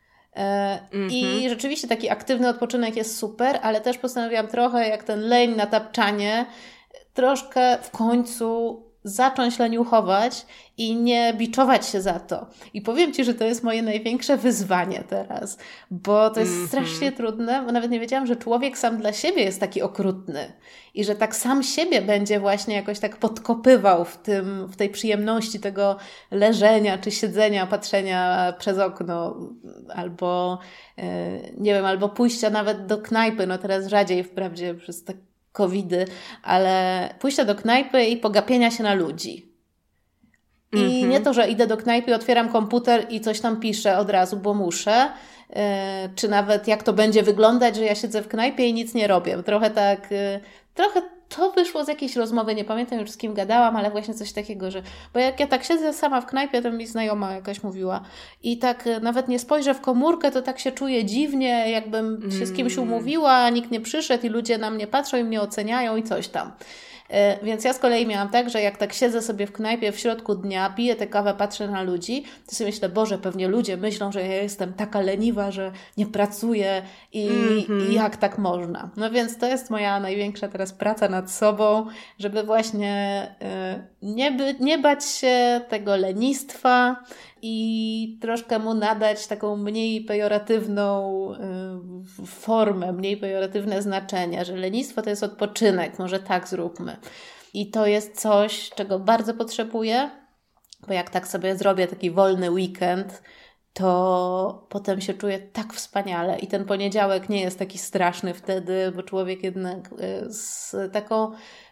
S1: I rzeczywiście taki aktywny odpoczynek jest super, ale też postanowiłam trochę jak ten leń na tapczanie, troszkę w końcu zacząć leniuchować i nie biczować się za to. I powiem Ci, że to jest moje największe wyzwanie teraz, bo to jest strasznie trudne, bo nawet nie wiedziałam, że człowiek sam dla siebie jest taki okrutny i że tak sam siebie będzie właśnie jakoś tak podkopywał w tej przyjemności tego leżenia czy siedzenia, patrzenia przez okno albo nie wiem, albo pójścia nawet do knajpy, no teraz rzadziej wprawdzie przez te covidy, ale pójścia do knajpy i pogapienia się na ludzi. I nie to, że idę do knajpy, otwieram komputer i coś tam piszę od razu, bo muszę, czy nawet jak to będzie wyglądać, że ja siedzę w knajpie i nic nie robię. Trochę to wyszło z jakiejś rozmowy, nie pamiętam już z kim gadałam, ale właśnie coś takiego, że bo jak ja tak siedzę sama w knajpie, to mi znajoma jakaś mówiła i tak nawet nie spojrzę w komórkę, to tak się czuję dziwnie, jakbym się z kimś umówiła, a nikt nie przyszedł i ludzie na mnie patrzą i mnie oceniają i coś tam. Więc ja z kolei miałam tak, że jak tak siedzę sobie w knajpie w środku dnia, piję tę kawę, patrzę na ludzi, to sobie myślę, Boże, pewnie ludzie myślą, że ja jestem taka leniwa, że nie pracuję i jak tak można. No więc to jest moja największa teraz praca nad sobą, żeby właśnie nie bać się tego lenistwa i troszkę mu nadać taką mniej pejoratywną formę, mniej pejoratywne znaczenie, że lenistwo to jest odpoczynek, może tak zróbmy. I to jest coś, czego bardzo potrzebuję, bo jak tak sobie zrobię taki wolny weekend, to potem się czuję tak wspaniale i ten poniedziałek nie jest taki straszny wtedy, bo człowiek jednak z taką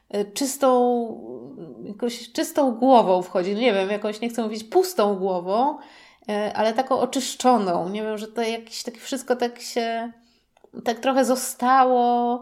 S1: czystą głową wchodzi. Nie wiem, jakąś, nie chcę mówić pustą głową, ale taką oczyszczoną. Nie wiem, że to jakieś takie wszystko tak się tak trochę zostało,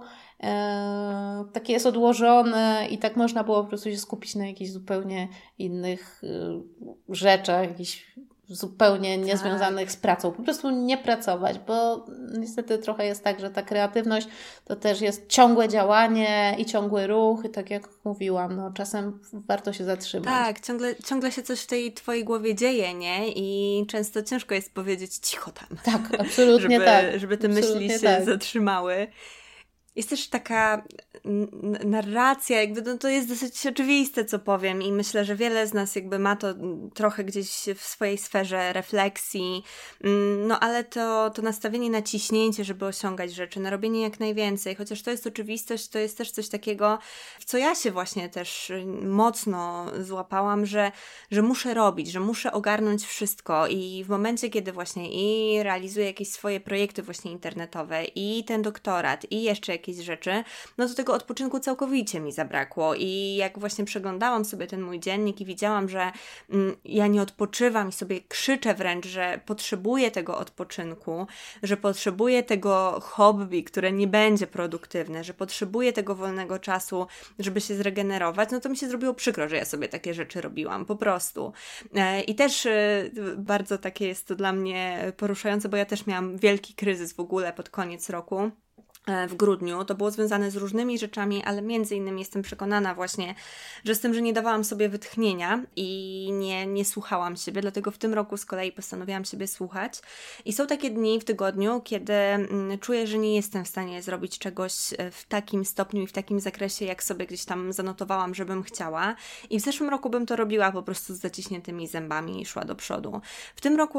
S1: takie jest odłożone i tak można było po prostu się skupić na jakichś zupełnie innych rzeczach, jakichś zupełnie niezwiązanych z pracą. Po prostu nie pracować, bo niestety trochę jest tak, że ta kreatywność to też jest ciągłe działanie i ciągły ruch i tak jak mówiłam, no czasem warto się zatrzymać.
S2: Tak, ciągle się coś w tej twojej głowie dzieje, nie? I często ciężko jest powiedzieć cicho tam.
S1: Tak, absolutnie tak.
S2: Żeby te myśli się zatrzymały. Jest też taka narracja, jakby to jest dosyć oczywiste, co powiem i myślę, że wiele z nas jakby ma to trochę gdzieś w swojej sferze refleksji, no ale to nastawienie na ciśnięcie, żeby osiągać rzeczy, na robienie jak najwięcej, chociaż to jest oczywistość, to jest też coś takiego, w co ja się właśnie też mocno złapałam, że muszę robić, że muszę ogarnąć wszystko i w momencie, kiedy właśnie i realizuję jakieś swoje projekty właśnie internetowe i ten doktorat i jeszcze jakieś rzeczy, no to tego odpoczynku całkowicie mi zabrakło i jak właśnie przeglądałam sobie ten mój dziennik i widziałam, że ja nie odpoczywam i sobie krzyczę wręcz, że potrzebuję tego odpoczynku, że potrzebuję tego hobby, które nie będzie produktywne, że potrzebuję tego wolnego czasu, żeby się zregenerować, no to mi się zrobiło przykro, że ja sobie takie rzeczy robiłam, po prostu. I też bardzo takie jest to dla mnie poruszające, bo ja też miałam wielki kryzys w ogóle pod koniec roku. W grudniu. To było związane z różnymi rzeczami, ale między innymi jestem przekonana właśnie, że z tym, że nie dawałam sobie wytchnienia i nie słuchałam siebie, dlatego w tym roku z kolei postanowiłam siebie słuchać. I są takie dni w tygodniu, kiedy czuję, że nie jestem w stanie zrobić czegoś w takim stopniu i w takim zakresie, jak sobie gdzieś tam zanotowałam, żebym chciała. I w zeszłym roku bym to robiła po prostu z zaciśniętymi zębami i szła do przodu. W tym roku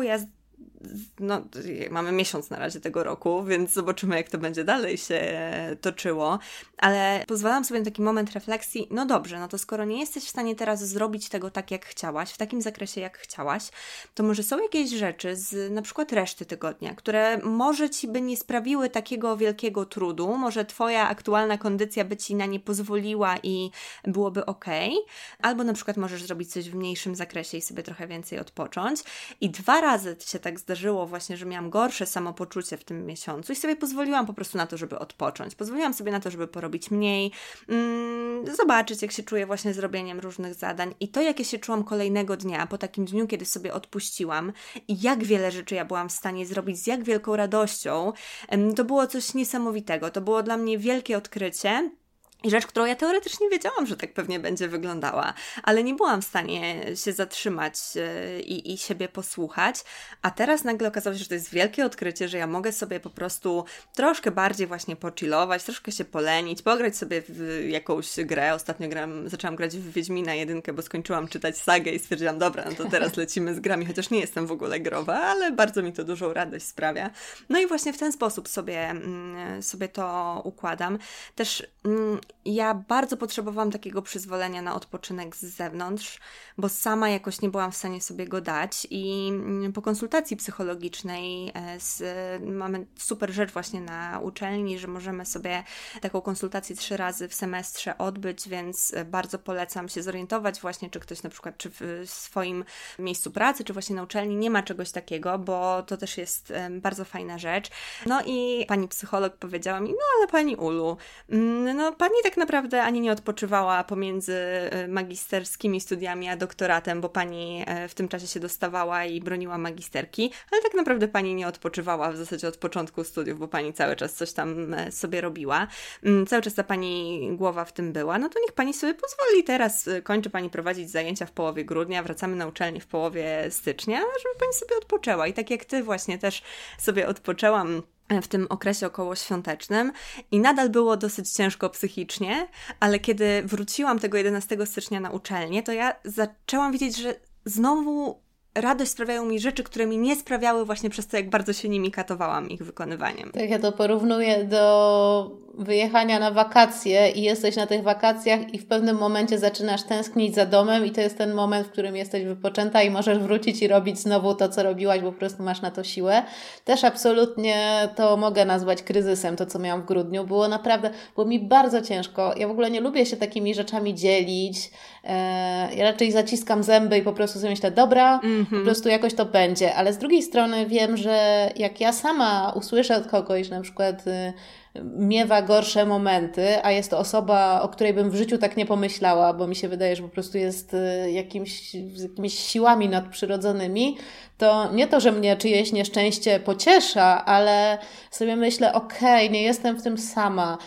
S2: mamy miesiąc na razie tego roku, więc zobaczymy, jak to będzie dalej się toczyło, ale pozwalam sobie na taki moment refleksji, no dobrze, no to skoro nie jesteś w stanie teraz zrobić tego tak, jak chciałaś, w takim zakresie, jak chciałaś, to może są jakieś rzeczy z na przykład reszty tygodnia, które może Ci by nie sprawiły takiego wielkiego trudu, może Twoja aktualna kondycja by Ci na nie pozwoliła i byłoby okej, albo na przykład możesz zrobić coś w mniejszym zakresie i sobie trochę więcej odpocząć. I 2 razy się tak zdarzyło właśnie, że miałam gorsze samopoczucie w tym miesiącu i sobie pozwoliłam po prostu na to, żeby odpocząć. Pozwoliłam sobie na to, żeby porobić mniej, zobaczyć, jak się czuję właśnie z robieniem różnych zadań i to, jak ja się czułam kolejnego dnia, po takim dniu, kiedy sobie odpuściłam i jak wiele rzeczy ja byłam w stanie zrobić, z jak wielką radością, to było coś niesamowitego. To było dla mnie wielkie odkrycie. I rzecz, którą ja teoretycznie wiedziałam, że tak pewnie będzie wyglądała, ale nie byłam w stanie się zatrzymać i siebie posłuchać, a teraz nagle okazało się, że to jest wielkie odkrycie, że ja mogę sobie po prostu troszkę bardziej właśnie pochillować, troszkę się polenić, pograć sobie w jakąś grę. Ostatnio zaczęłam grać w Wiedźmina 1, bo skończyłam czytać sagę i stwierdziłam, dobra, no to teraz lecimy z grami, chociaż nie jestem w ogóle growa, ale bardzo mi to dużą radość sprawia. No i właśnie w ten sposób sobie to układam. Też ja bardzo potrzebowałam takiego przyzwolenia na odpoczynek z zewnątrz, bo sama jakoś nie byłam w stanie sobie go dać i po konsultacji psychologicznej mamy super rzecz właśnie na uczelni, że możemy sobie taką konsultację 3 razy w semestrze odbyć, więc bardzo polecam się zorientować właśnie, czy ktoś na przykład, czy w swoim miejscu pracy, czy właśnie na uczelni nie ma czegoś takiego, bo to też jest bardzo fajna rzecz. No i pani psycholog powiedziała mi, no ale pani Ulu, no pani tak naprawdę ani nie odpoczywała pomiędzy magisterskimi studiami a doktoratem, bo pani w tym czasie się dostawała i broniła magisterki, ale tak naprawdę pani nie odpoczywała w zasadzie od początku studiów, bo pani cały czas coś tam sobie robiła. Cały czas ta pani głowa w tym była. No to niech pani sobie pozwoli teraz, kończy pani prowadzić zajęcia w połowie grudnia, wracamy na uczelnię w połowie stycznia, żeby pani sobie odpoczęła. I tak jak ty właśnie też sobie odpoczęłam w tym okresie okołoświątecznym i nadal było dosyć ciężko psychicznie, ale kiedy wróciłam tego 11 stycznia na uczelnię, to ja zaczęłam widzieć, że znowu radość sprawiają mi rzeczy, które mi nie sprawiały właśnie przez to, jak bardzo się nimi katowałam ich wykonywaniem.
S1: Tak, ja to porównuję do wyjechania na wakacje i jesteś na tych wakacjach i w pewnym momencie zaczynasz tęsknić za domem i to jest ten moment, w którym jesteś wypoczęta i możesz wrócić i robić znowu to, co robiłaś, bo po prostu masz na to siłę. Też absolutnie to mogę nazwać kryzysem, to co miałam w grudniu. Było mi bardzo ciężko. Ja w ogóle nie lubię się takimi rzeczami dzielić. Ja raczej zaciskam zęby i po prostu sobie myślę, dobra, po prostu jakoś to będzie. Ale z drugiej strony wiem, że jak ja sama usłyszę od kogoś, na przykład miewa gorsze momenty, a jest to osoba, o której bym w życiu tak nie pomyślała, bo mi się wydaje, że po prostu jest jakimiś siłami nadprzyrodzonymi, to nie to, że mnie czyjeś nieszczęście pociesza, ale sobie myślę, okej, nie jestem w tym sama.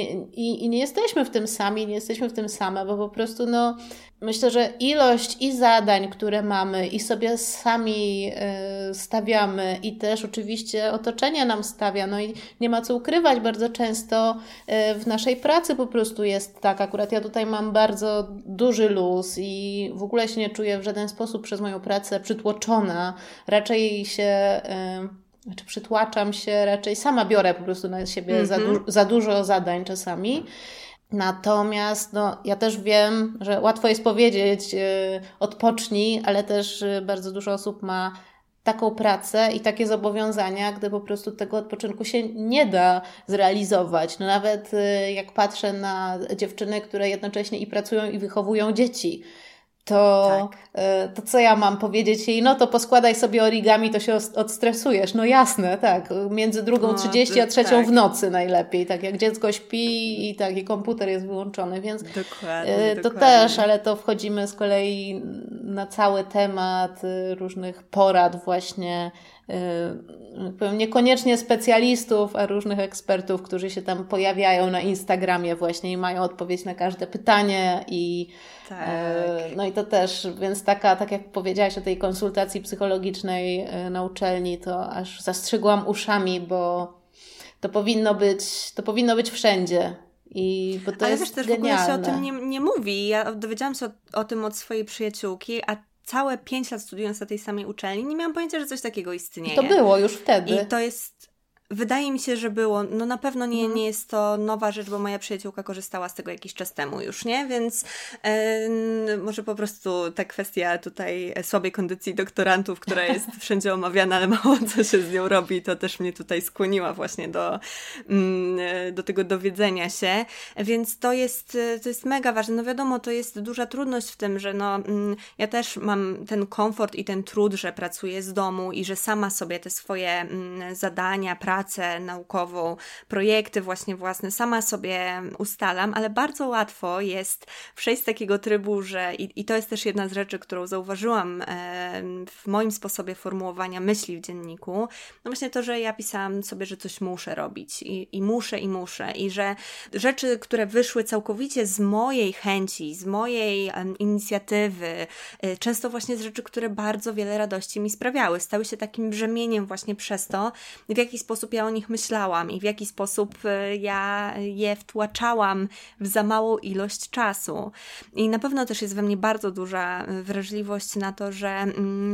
S1: I nie jesteśmy w tym sami, nie jesteśmy w tym same, bo po prostu myślę, że ilość i zadań, które mamy i sobie sami stawiamy i też oczywiście otoczenie nam stawia, no i nie ma co ukrywać, bardzo często w naszej pracy po prostu jest tak, akurat ja tutaj mam bardzo duży luz i w ogóle się nie czuję w żaden sposób przez moją pracę przytłoczona, raczej się... przytłaczam się, raczej sama biorę po prostu na siebie za dużo zadań czasami. Natomiast ja też wiem, że łatwo jest powiedzieć odpocznij, ale też bardzo dużo osób ma taką pracę i takie zobowiązania, gdy po prostu tego odpoczynku się nie da zrealizować. Nawet jak patrzę na dziewczyny, które jednocześnie i pracują i wychowują dzieci, to co ja mam powiedzieć jej? To poskładaj sobie origami, to się odstresujesz. No jasne, tak. Między 2:30 a 3:00 w nocy najlepiej. Tak jak dziecko śpi i komputer jest wyłączony, więc to też, ale to wchodzimy z kolei na cały temat różnych porad właśnie, powiem, niekoniecznie specjalistów, a różnych ekspertów, którzy się tam pojawiają na Instagramie właśnie i mają odpowiedź na każde pytanie i i to też, więc tak jak powiedziałaś o tej konsultacji psychologicznej na uczelni, to aż zastrzygłam uszami, bo to powinno być wszędzie. Bo to
S2: ale
S1: jest
S2: wiesz, też
S1: genialne.
S2: w ogóle się o tym nie mówi. Ja dowiedziałam się o tym od swojej przyjaciółki, a całe 5 lat studiując na tej samej uczelni nie miałam pojęcia, że coś takiego istnieje.
S1: To było już wtedy.
S2: I to jest... Wydaje mi się, że było. Na pewno nie jest to nowa rzecz, bo moja przyjaciółka korzystała z tego jakiś czas temu już, nie? Więc może po prostu ta kwestia tutaj słabej kondycji doktorantów, która jest wszędzie omawiana, ale mało co się z nią robi, to też mnie tutaj skłoniła właśnie do tego dowiedzenia się. Więc to jest mega ważne. Wiadomo, to jest duża trudność w tym, że ja też mam ten komfort i ten trud, że pracuję z domu i że sama sobie te swoje zadania, pracę naukową, projekty właśnie własne, sama sobie ustalam, ale bardzo łatwo jest przejść z takiego trybu, że i to jest też jedna z rzeczy, którą zauważyłam w moim sposobie formułowania myśli w dzienniku, no właśnie to, że ja pisałam sobie, że coś muszę robić i muszę i że rzeczy, które wyszły całkowicie z mojej chęci, z mojej inicjatywy, często właśnie z rzeczy, które bardzo wiele radości mi sprawiały, stały się takim brzemieniem właśnie przez to, w jaki sposób ja o nich myślałam i w jaki sposób ja je wtłaczałam w za małą ilość czasu. I na pewno też jest we mnie bardzo duża wrażliwość na to, że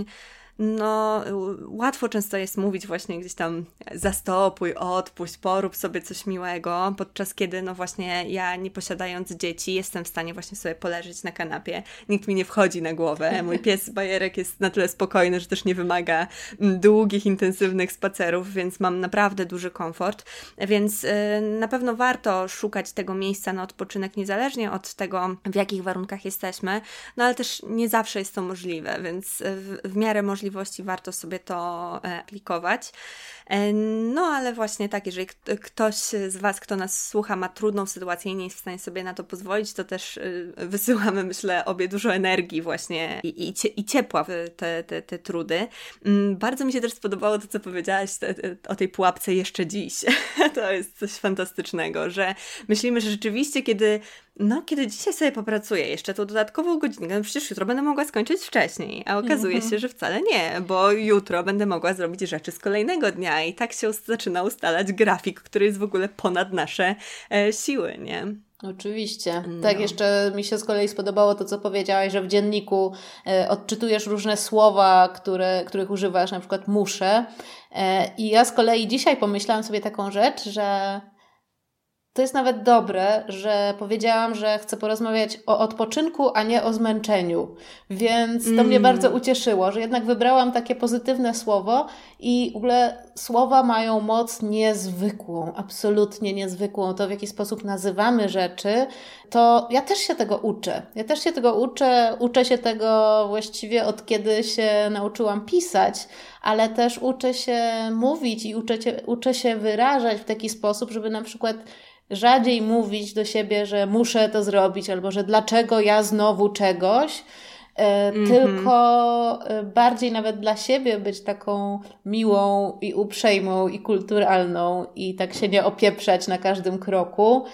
S2: no, łatwo często jest mówić właśnie gdzieś tam zastopuj, odpuść, porób sobie coś miłego, podczas kiedy no właśnie ja, nie posiadając dzieci, jestem w stanie właśnie sobie poleżeć na kanapie, nikt mi nie wchodzi na głowę, mój pies Bajerek jest na tyle spokojny, że też nie wymaga długich, intensywnych spacerów, więc mam naprawdę duży komfort, więc na pewno warto szukać tego miejsca na odpoczynek niezależnie od tego, w jakich warunkach jesteśmy, no ale też nie zawsze jest to możliwe, więc w miarę możliwości warto sobie to aplikować. No ale właśnie tak, jeżeli ktoś z Was, kto nas słucha, ma trudną sytuację i nie jest w stanie sobie na to pozwolić, to też wysyłamy, myślę, obie dużo energii właśnie i ciepła w te trudy. Bardzo mi się też spodobało to, co powiedziałaś o tej pułapce jeszcze dziś. To jest coś fantastycznego, że myślimy, że rzeczywiście, kiedy dzisiaj sobie popracuję jeszcze tą dodatkową godzinkę, no przecież jutro będę mogła skończyć wcześniej, a okazuje się, że wcale nie, bo jutro będę mogła zrobić rzeczy z kolejnego dnia i tak się zaczyna ustalać grafik, który jest w ogóle ponad nasze siły, nie?
S1: Oczywiście. No. Tak, jeszcze mi się z kolei spodobało to, co powiedziałaś, że w dzienniku odczytujesz różne słowa, których używasz, na przykład muszę. I ja z kolei dzisiaj pomyślałam sobie taką rzecz, że to jest nawet dobre, że powiedziałam, że chcę porozmawiać o odpoczynku, a nie o zmęczeniu. Więc to mnie bardzo ucieszyło, że jednak wybrałam takie pozytywne słowo i w ogóle słowa mają moc niezwykłą, absolutnie niezwykłą. To, w jaki sposób nazywamy rzeczy, to ja też się tego uczę. Uczę się tego właściwie od kiedy się nauczyłam pisać, ale też uczę się mówić i uczę się wyrażać w taki sposób, żeby na przykład rzadziej mówić do siebie, że muszę to zrobić, albo że dlaczego ja znowu czegoś, tylko bardziej nawet dla siebie być taką miłą i uprzejmą i kulturalną i tak się nie opieprzać na każdym kroku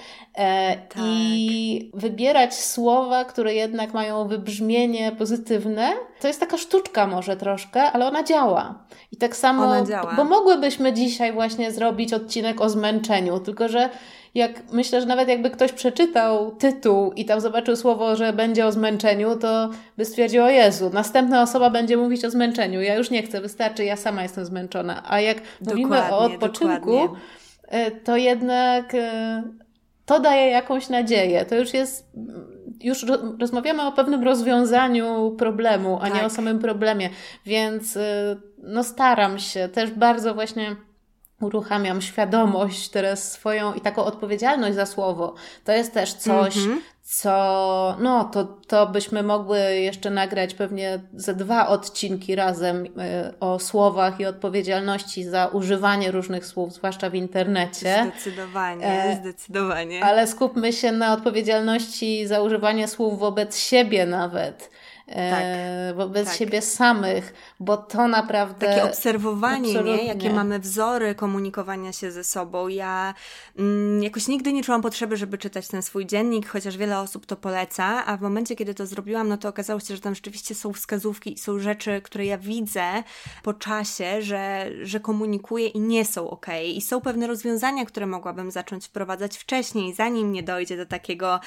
S1: i wybierać słowa, które jednak mają wybrzmienie pozytywne. To jest taka sztuczka może troszkę, ale ona działa. I tak samo, bo mogłybyśmy dzisiaj właśnie zrobić odcinek o zmęczeniu, tylko że myślę, że nawet jakby ktoś przeczytał tytuł i tam zobaczył słowo, że będzie o zmęczeniu, to by stwierdził, o Jezu, następna osoba będzie mówić o zmęczeniu. Ja już nie chcę, wystarczy, ja sama jestem zmęczona. A jak mówimy o odpoczynku, to jednak to daje jakąś nadzieję. To już rozmawiamy o pewnym rozwiązaniu problemu, a nie o samym problemie. Więc staram się też bardzo właśnie uruchamiam świadomość teraz swoją i taką odpowiedzialność za słowo. To jest też coś, co to byśmy mogły jeszcze nagrać pewnie ze 2 odcinki razem o słowach i odpowiedzialności za używanie różnych słów, zwłaszcza w internecie.
S2: Zdecydowanie.
S1: Ale skupmy się na odpowiedzialności za używanie słów wobec siebie nawet. Wobec siebie samych, bo to naprawdę...
S2: Takie obserwowanie, nie? Jakie mamy wzory komunikowania się ze sobą. Ja jakoś nigdy nie czułam potrzeby, żeby czytać ten swój dziennik, chociaż wiele osób to poleca, a w momencie, kiedy to zrobiłam, no to okazało się, że tam rzeczywiście są wskazówki i są rzeczy, które ja widzę po czasie, że komunikuję i nie są okej. I są pewne rozwiązania, które mogłabym zacząć wprowadzać wcześniej, zanim nie dojdzie do takiego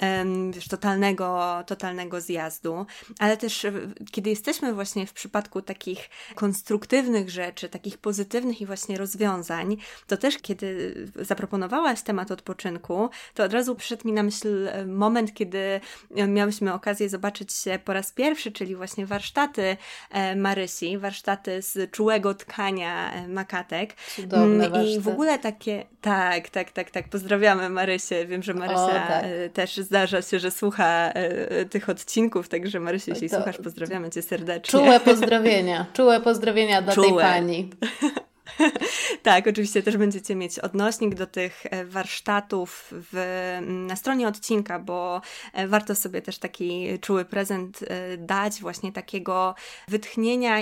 S2: totalnego zjazdu. Ale też kiedy jesteśmy właśnie w przypadku takich konstruktywnych rzeczy, takich pozytywnych i właśnie rozwiązań, to też kiedy zaproponowałaś temat odpoczynku, to od razu przyszedł mi na myśl moment, kiedy miałyśmy okazję zobaczyć się po raz pierwszy, czyli właśnie warsztaty Marysi, warsztaty z czułego tkania makatek.
S1: Cudowne warsztaty.
S2: I w ogóle takie, tak, pozdrawiamy Marysię. Wiem, że Marysia też zdarza się, że słucha tych odcinków, także Marysiu, jeśli słuchasz, pozdrawiamy Cię serdecznie.
S1: Czułe pozdrowienia dla tej pani.
S2: Tak, oczywiście też będziecie mieć odnośnik do tych warsztatów na stronie odcinka, bo warto sobie też taki czuły prezent dać, właśnie takiego wytchnienia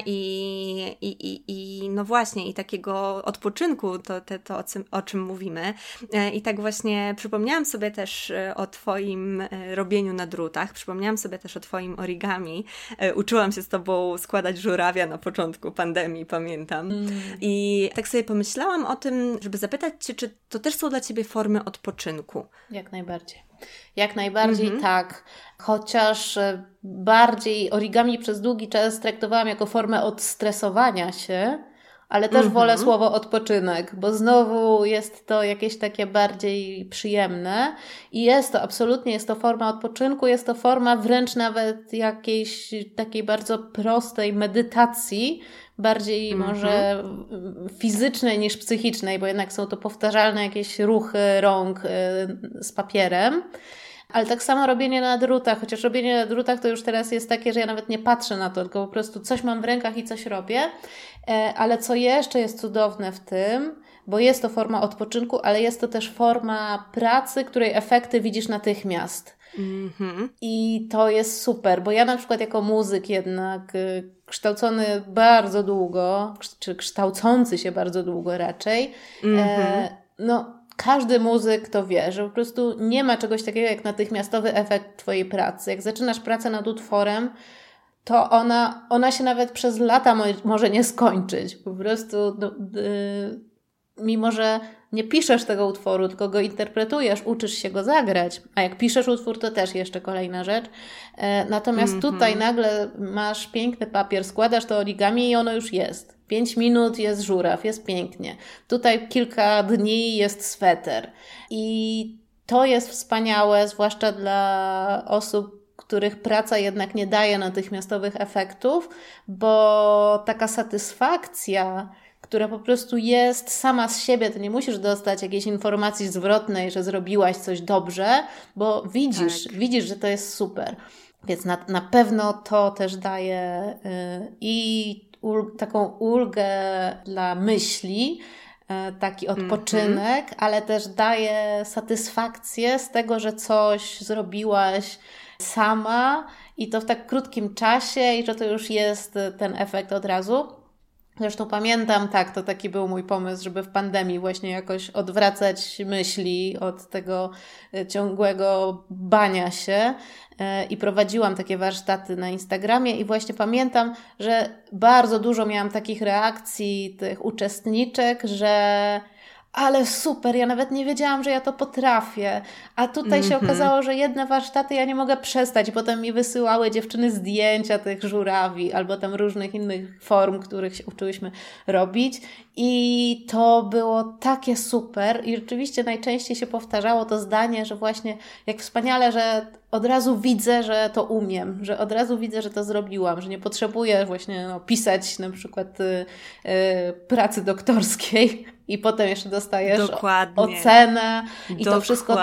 S2: i no właśnie, i takiego odpoczynku, to o czym mówimy. I tak właśnie przypomniałam sobie też o Twoim robieniu na drutach, przypomniałam sobie też o Twoim origami. Uczyłam się z Tobą składać żurawia na początku pandemii, pamiętam. I tak sobie pomyślałam o tym, żeby zapytać Cię, czy to też są dla Ciebie formy odpoczynku?
S1: Jak najbardziej. Jak najbardziej tak. Chociaż bardziej origami przez długi czas traktowałam jako formę odstresowania się, ale też wolę słowo odpoczynek, bo znowu jest to jakieś takie bardziej przyjemne i absolutnie jest to forma odpoczynku, jest to forma wręcz nawet jakiejś takiej bardzo prostej medytacji, bardziej może fizycznej niż psychicznej, bo jednak są to powtarzalne jakieś ruchy rąk z papierem. Ale tak samo robienie na drutach, chociaż robienie na drutach to już teraz jest takie, że ja nawet nie patrzę na to, tylko po prostu coś mam w rękach i coś robię. Ale co jeszcze jest cudowne w tym, bo jest to forma odpoczynku, ale jest to też forma pracy, której efekty widzisz natychmiast. I to jest super, bo ja na przykład jako muzyk jednak kształcony bardzo długo, czy kształcący się bardzo długo raczej, każdy muzyk to wie, że po prostu nie ma czegoś takiego jak natychmiastowy efekt Twojej pracy. Jak zaczynasz pracę nad utworem, to ona się nawet przez lata może nie skończyć. Po prostu mimo, że nie piszesz tego utworu, tylko go interpretujesz, uczysz się go zagrać, a jak piszesz utwór, to też jeszcze kolejna rzecz. Natomiast tutaj nagle masz piękny papier, składasz to origami i ono już jest. 5 minut jest żuraw, jest pięknie. Tutaj kilka dni jest sweter. I to jest wspaniałe, zwłaszcza dla osób, których praca jednak nie daje natychmiastowych efektów, bo taka satysfakcja, która po prostu jest sama z siebie, to nie musisz dostać jakiejś informacji zwrotnej, że zrobiłaś coś dobrze, bo widzisz, że to jest super. Więc na pewno to też daje taką ulgę dla myśli, taki odpoczynek, ale też daje satysfakcję z tego, że coś zrobiłaś sama i to w tak krótkim czasie i że to już jest ten efekt od razu. Zresztą pamiętam, to taki był mój pomysł, żeby w pandemii właśnie jakoś odwracać myśli od tego ciągłego bania się i prowadziłam takie warsztaty na Instagramie i właśnie pamiętam, że bardzo dużo miałam takich reakcji tych uczestniczek, że ale super, ja nawet nie wiedziałam, że ja to potrafię. A tutaj się okazało, że jedne warsztaty ja nie mogę przestać. I potem mi wysyłały dziewczyny zdjęcia tych żurawi albo tam różnych innych form, których się uczyłyśmy robić. I to było takie super. I rzeczywiście najczęściej się powtarzało to zdanie, że właśnie jak wspaniale, że od razu widzę, że to umiem, że od razu widzę, że to zrobiłam, że nie potrzebuję właśnie pisać na przykład pracy doktorskiej i potem jeszcze dostajesz ocenę i to wszystko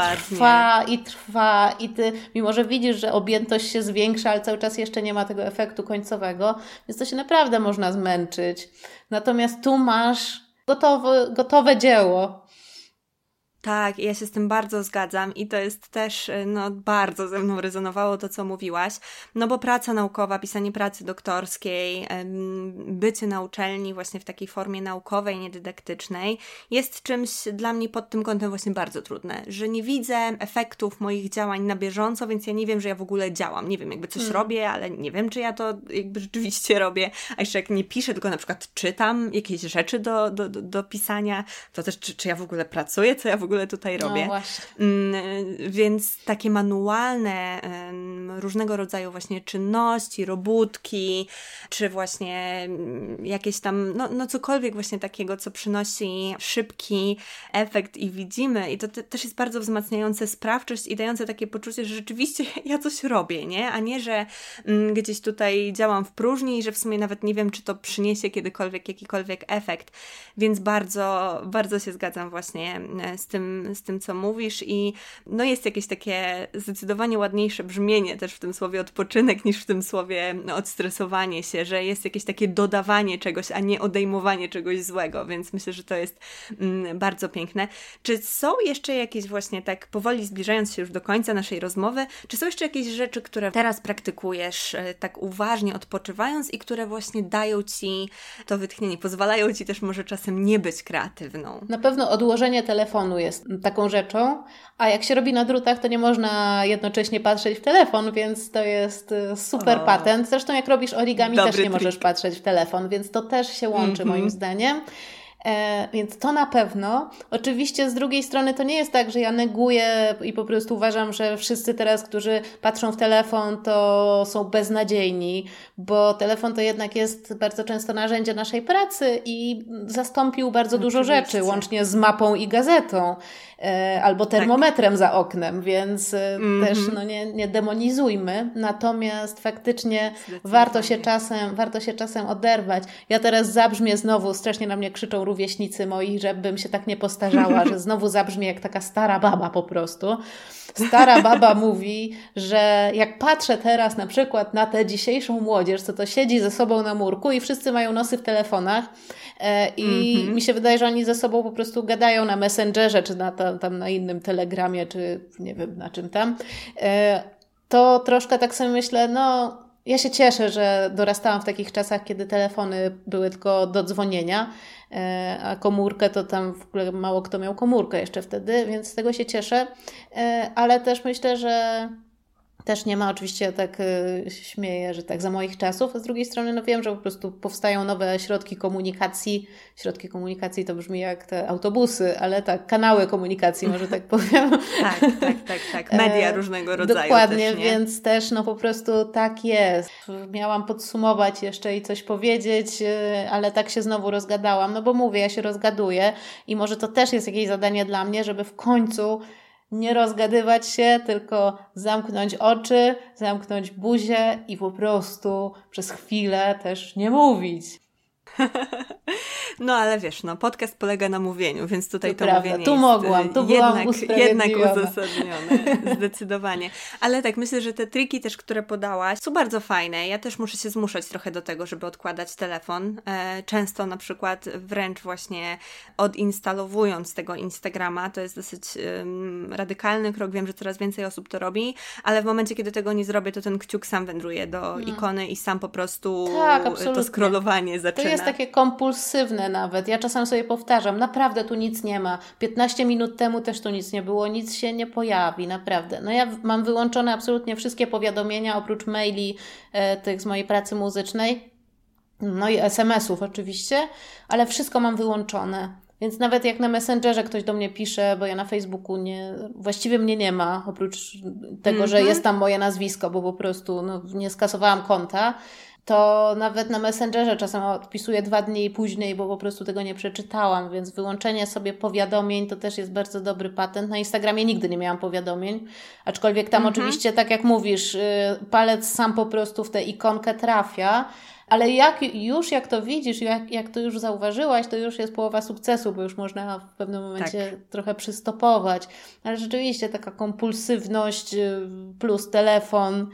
S1: trwa i ty, mimo że widzisz, że objętość się zwiększa, ale cały czas jeszcze nie ma tego efektu końcowego, więc to się naprawdę można zmęczyć. Natomiast tu masz gotowe dzieło.
S2: Tak, ja się z tym bardzo zgadzam i to jest też, bardzo ze mną rezonowało to, co mówiłaś, bo praca naukowa, pisanie pracy doktorskiej, bycie na uczelni właśnie w takiej formie naukowej, niedydaktycznej jest czymś dla mnie pod tym kątem właśnie bardzo trudne, że nie widzę efektów moich działań na bieżąco, więc ja nie wiem, że ja w ogóle działam, nie wiem, jakby coś robię, ale nie wiem, czy ja to jakby rzeczywiście robię, a jeszcze jak nie piszę, tylko na przykład czytam jakieś rzeczy do pisania, to też czy ja w ogóle pracuję, co ja w ogóle tutaj robię.
S1: No właśnie.
S2: Więc takie manualne różnego rodzaju właśnie czynności, robótki, czy właśnie jakieś tam, cokolwiek właśnie takiego, co przynosi szybki efekt i widzimy. I to też jest bardzo wzmacniające sprawczość i dające takie poczucie, że rzeczywiście ja coś robię, nie? A nie, że gdzieś tutaj działam w próżni i że w sumie nawet nie wiem, czy to przyniesie kiedykolwiek jakikolwiek efekt. Więc bardzo, bardzo się zgadzam właśnie z tym, z tym, co mówisz i no jest jakieś takie zdecydowanie ładniejsze brzmienie też w tym słowie odpoczynek niż w tym słowie odstresowanie się, że jest jakieś takie dodawanie czegoś, a nie odejmowanie czegoś złego, więc myślę, że to jest bardzo piękne. Czy są jeszcze jakieś właśnie tak powoli zbliżając się już do końca naszej rozmowy, czy są jeszcze jakieś rzeczy, które teraz praktykujesz tak uważnie odpoczywając i które właśnie dają Ci to wytchnienie, pozwalają Ci też może czasem nie być kreatywną?
S1: Na pewno odłożenie telefonu jest taką rzeczą, a jak się robi na drutach, to nie można jednocześnie patrzeć w telefon, więc to jest super patent. Zresztą jak robisz origami, też nie możesz patrzeć w telefon, więc to też się łączy moim zdaniem. Więc to na pewno. Oczywiście z drugiej strony to nie jest tak, że ja neguję i po prostu uważam, że wszyscy teraz, którzy patrzą w telefon, to są beznadziejni, bo telefon to jednak jest bardzo często narzędzie naszej pracy i zastąpił bardzo dużo rzeczy, łącznie z mapą i gazetą, albo termometrem za oknem, więc też nie demonizujmy, natomiast faktycznie warto się czasem oderwać. Ja teraz zabrzmię znowu, strasznie na mnie krzyczą rówieśnicy moi, żebym się tak nie postarzała, że znowu zabrzmię jak taka stara baba po prostu. Stara baba mówi, że jak patrzę teraz na przykład na tę dzisiejszą młodzież, co to siedzi ze sobą na murku i wszyscy mają nosy w telefonach i mi się wydaje, że oni ze sobą po prostu gadają na Messengerze, czy tam na innym Telegramie, czy nie wiem na czym tam, to troszkę tak sobie myślę, ja się cieszę, że dorastałam w takich czasach, kiedy telefony były tylko do dzwonienia, a komórkę to tam w ogóle mało kto miał komórkę jeszcze wtedy, więc z tego się cieszę, ale też myślę, że też nie ma, oczywiście tak się śmieję, że tak za moich czasów, a z drugiej strony wiem, że po prostu powstają nowe środki komunikacji to brzmi jak te autobusy, ale tak, kanały komunikacji, może tak powiem.
S2: Tak, media różnego rodzaju.
S1: Dokładnie,
S2: też, nie?
S1: Więc też po prostu tak jest. Miałam podsumować jeszcze i coś powiedzieć, ale tak się znowu rozgadałam, bo mówię, ja się rozgaduję i może to też jest jakieś zadanie dla mnie, żeby w końcu nie rozgadywać się, tylko zamknąć oczy, zamknąć buzię i po prostu przez chwilę też nie mówić.
S2: No ale wiesz, podcast polega na mówieniu, więc tutaj to
S1: prawda,
S2: mówienie
S1: tu
S2: jest
S1: mogłam, tu
S2: jednak uzasadnione, zdecydowanie. Ale tak, myślę, że te triki też, które podałaś, są bardzo fajne. Ja też muszę się zmuszać trochę do tego, żeby odkładać telefon. Często na przykład wręcz właśnie odinstalowując tego Instagrama, to jest dosyć radykalny krok, wiem, że coraz więcej osób to robi, ale w momencie, kiedy tego nie zrobię, to ten kciuk sam wędruje do ikony i sam po prostu to scrollowanie zaczyna.
S1: To jest takie kompulsywne nawet. Ja czasem sobie powtarzam, naprawdę tu nic nie ma. 15 minut temu też tu nic nie było, nic się nie pojawi, naprawdę. Ja mam wyłączone absolutnie wszystkie powiadomienia, oprócz maili tych z mojej pracy muzycznej, i SMS-ów oczywiście, ale wszystko mam wyłączone. Więc nawet jak na Messengerze ktoś do mnie pisze, bo ja na Facebooku właściwie mnie nie ma, oprócz tego, że jest tam moje nazwisko, bo po prostu nie skasowałam konta, to nawet na Messengerze czasem odpisuję 2 dni później, bo po prostu tego nie przeczytałam, więc wyłączenie sobie powiadomień to też jest bardzo dobry patent. Na Instagramie nigdy nie miałam powiadomień, aczkolwiek tam oczywiście, tak jak mówisz, palec sam po prostu w tę ikonkę trafia, ale jak to widzisz, jak to już zauważyłaś, to już jest połowa sukcesu, bo już można w pewnym momencie trochę przystopować. Ale rzeczywiście taka kompulsywność plus telefon,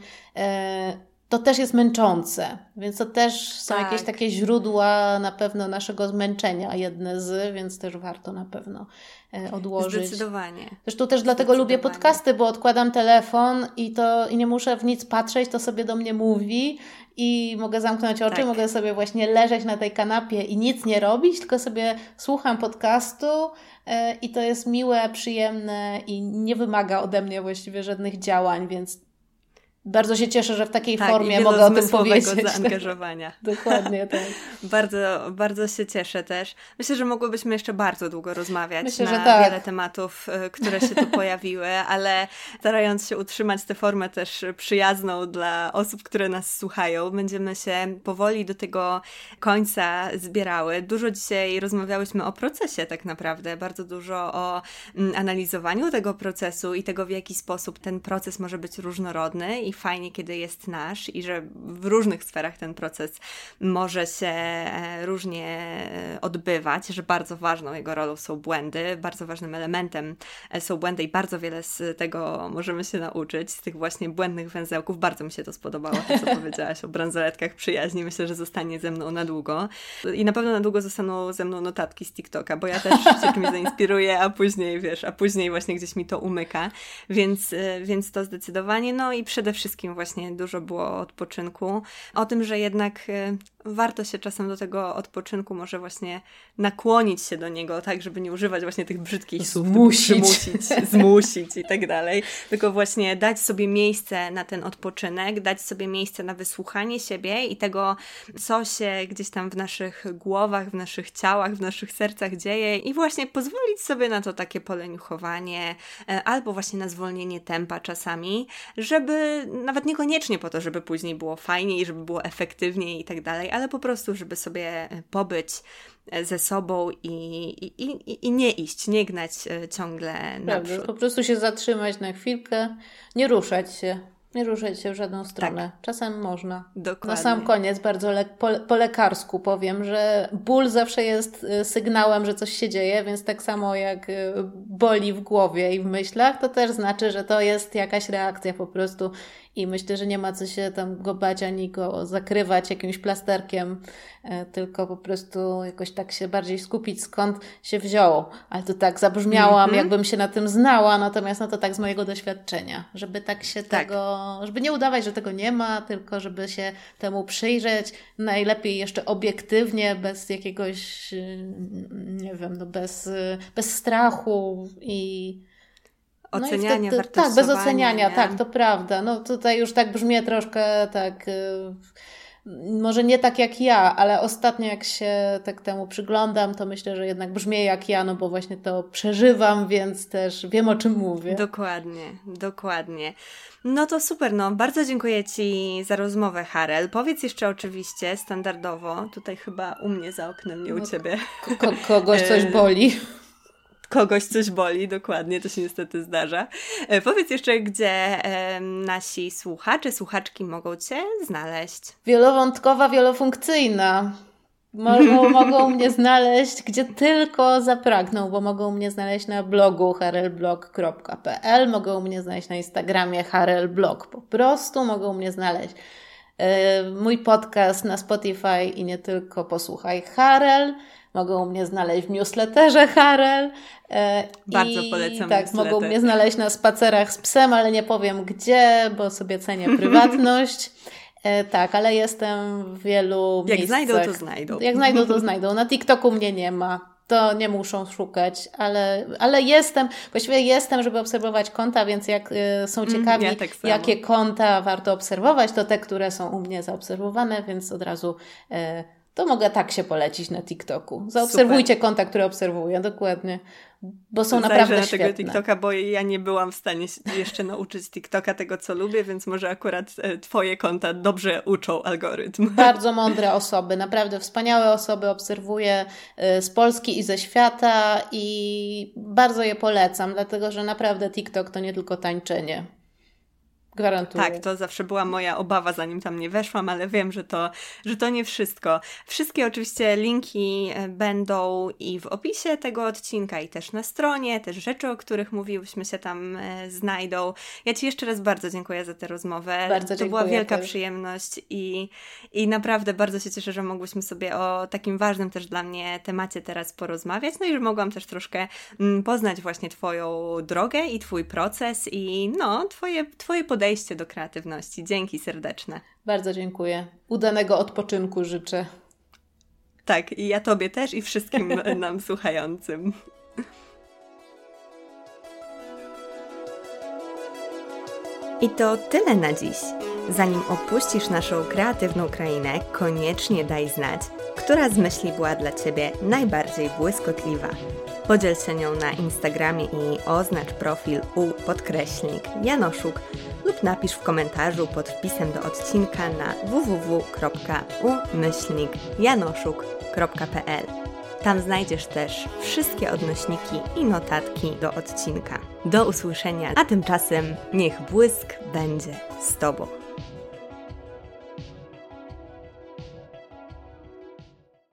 S1: to też jest męczące, więc to też są jakieś takie źródła na pewno naszego zmęczenia, jedne więc też warto na pewno odłożyć.
S2: Zdecydowanie.
S1: Zresztą też dlatego lubię podcasty, bo odkładam telefon i nie muszę w nic patrzeć, to sobie do mnie mówi i mogę zamknąć oczy, mogę sobie właśnie leżeć na tej kanapie i nic nie robić, tylko sobie słucham podcastu i to jest miłe, przyjemne i nie wymaga ode mnie właściwie żadnych działań, więc bardzo się cieszę, że w takiej formie mogę o tym powiedzieć.
S2: Zaangażowania.
S1: Dokładnie, tak.
S2: Bardzo, bardzo się cieszę też. Myślę, że mogłybyśmy jeszcze bardzo długo rozmawiać na wiele tematów, które się tu pojawiły, ale starając się utrzymać tę formę też przyjazną dla osób, które nas słuchają, będziemy się powoli do tego końca zbierały. Dużo dzisiaj rozmawiałyśmy o procesie tak naprawdę, bardzo dużo o analizowaniu tego procesu i tego, w jaki sposób ten proces może być różnorodny i fajnie, kiedy jest nasz i że w różnych sferach ten proces może się różnie odbywać, że bardzo ważną jego rolą są błędy, bardzo ważnym elementem są błędy i bardzo wiele z tego możemy się nauczyć, z tych właśnie błędnych węzełków. Bardzo mi się to spodobało, to co powiedziałaś o bransoletkach przyjaźni. Myślę, że zostanie ze mną na długo i na pewno na długo zostaną ze mną notatki z TikToka, bo ja też się czymś zainspiruję, a później właśnie gdzieś mi to umyka, więc to zdecydowanie. No i przede wszystkim właśnie dużo było o odpoczynku, o tym, że jednak warto się czasem do tego odpoczynku może właśnie nakłonić się do niego, tak, żeby nie używać właśnie tych brzydkich słów, zmusić i tak dalej, tylko właśnie dać sobie miejsce na ten odpoczynek, dać sobie miejsce na wysłuchanie siebie i tego, co się gdzieś tam w naszych głowach, w naszych ciałach, w naszych sercach dzieje i właśnie pozwolić sobie na to takie poleniuchowanie albo właśnie na zwolnienie tempa czasami, żeby nawet niekoniecznie po to, żeby później było fajniej, żeby było efektywniej i tak dalej, ale po prostu, żeby sobie pobyć ze sobą i nie iść, nie gnać ciągle naprzód.
S1: Po prostu się zatrzymać na chwilkę, nie ruszać się w żadną stronę. Tak. Czasem można.
S2: Dokładnie.
S1: Na sam koniec bardzo po lekarsku powiem, że ból zawsze jest sygnałem, że coś się dzieje, więc tak samo jak boli w głowie i w myślach, to też znaczy, że to jest jakaś reakcja po prostu i myślę, że nie ma co się tam go bać ani go zakrywać jakimś plasterkiem, tylko po prostu jakoś tak się bardziej skupić, skąd się wzięło. Ale to tak zabrzmiałam, jakbym się na tym znała, natomiast no to tak z mojego doświadczenia, żeby tak się żeby nie udawać, że tego nie ma, tylko żeby się temu przyjrzeć, najlepiej jeszcze obiektywnie, bez jakiegoś, nie wiem, no bez strachu i
S2: oceniania,
S1: wartościowania. Tak, bez oceniania, tak, to prawda. No tutaj już tak brzmi troszkę tak, może nie tak jak ja, ale ostatnio jak się tak temu przyglądam, to myślę, że jednak brzmię jak ja, no bo właśnie to przeżywam, więc też wiem, o czym mówię.
S2: Dokładnie. No to super, no bardzo dziękuję Ci za rozmowę, Harel. Powiedz jeszcze oczywiście standardowo, tutaj chyba u mnie za oknem, nie u Ciebie.
S1: Kogoś coś boli.
S2: Kogoś coś boli, dokładnie, to się niestety zdarza. Powiedz jeszcze, gdzie nasi słuchacze, słuchaczki mogą Cię znaleźć.
S1: Wielowątkowa, wielofunkcyjna. Mogą mnie znaleźć, gdzie tylko zapragną, bo mogą mnie znaleźć na blogu harelblog.pl, mogą mnie znaleźć na Instagramie harelblog po prostu, mogą mnie znaleźć mój podcast na Spotify i nie tylko Posłuchaj Harel. Mogą mnie znaleźć w newsletterze Harel.
S2: Bardzo polecam
S1: tak, newsletter. Mogą mnie znaleźć na spacerach z psem, ale nie powiem gdzie, bo sobie cenię prywatność. Tak, ale jestem w wielu miejscach.
S2: Jak znajdą, to znajdą.
S1: Jak znajdą, to znajdą. Na TikToku mnie nie ma. To nie muszą szukać, ale właściwie jestem, żeby obserwować konta, więc jak są ciekawi, jakie konta warto obserwować, to te, które są u mnie zaobserwowane, więc od razu to mogę tak się polecić na TikToku. Zaobserwujcie konta, które obserwuję, dokładnie, bo są naprawdę świetne.
S2: Zajrzę na tego TikToka, bo ja nie byłam w stanie jeszcze nauczyć TikToka tego, co lubię, więc może akurat Twoje konta dobrze uczą algorytm.
S1: Bardzo mądre osoby, naprawdę wspaniałe osoby obserwuję z Polski i ze świata i bardzo je polecam, dlatego że naprawdę TikTok to nie tylko tańczenie. Gwarantuję.
S2: Tak, to zawsze była moja obawa, zanim tam nie weszłam, ale wiem, że to nie wszystko. Wszystkie oczywiście linki będą i w opisie tego odcinka, i też na stronie, też rzeczy, o których mówiłyśmy, się tam znajdą. Ja Ci jeszcze raz bardzo dziękuję za tę rozmowę.
S1: Bardzo dziękuję.
S2: To była wielka przyjemność i naprawdę bardzo się cieszę, że mogłyśmy sobie o takim ważnym też dla mnie temacie teraz porozmawiać, no i że mogłam też troszkę poznać właśnie Twoją drogę i Twój proces i Twoje podejście do kreatywności. Dzięki serdeczne.
S1: Bardzo dziękuję. Udanego odpoczynku życzę.
S2: Tak, i ja Tobie też i wszystkim nam słuchającym. I to tyle na dziś. Zanim opuścisz naszą kreatywną krainę, koniecznie daj znać, która z myśli była dla Ciebie najbardziej błyskotliwa. Podziel się nią na Instagramie i oznacz profil _Janoszuk lub napisz w komentarzu pod wpisem do odcinka na www.u-janoszuk.pl. Tam znajdziesz też wszystkie odnośniki i notatki do odcinka. Do usłyszenia, a tymczasem niech błysk będzie z Tobą.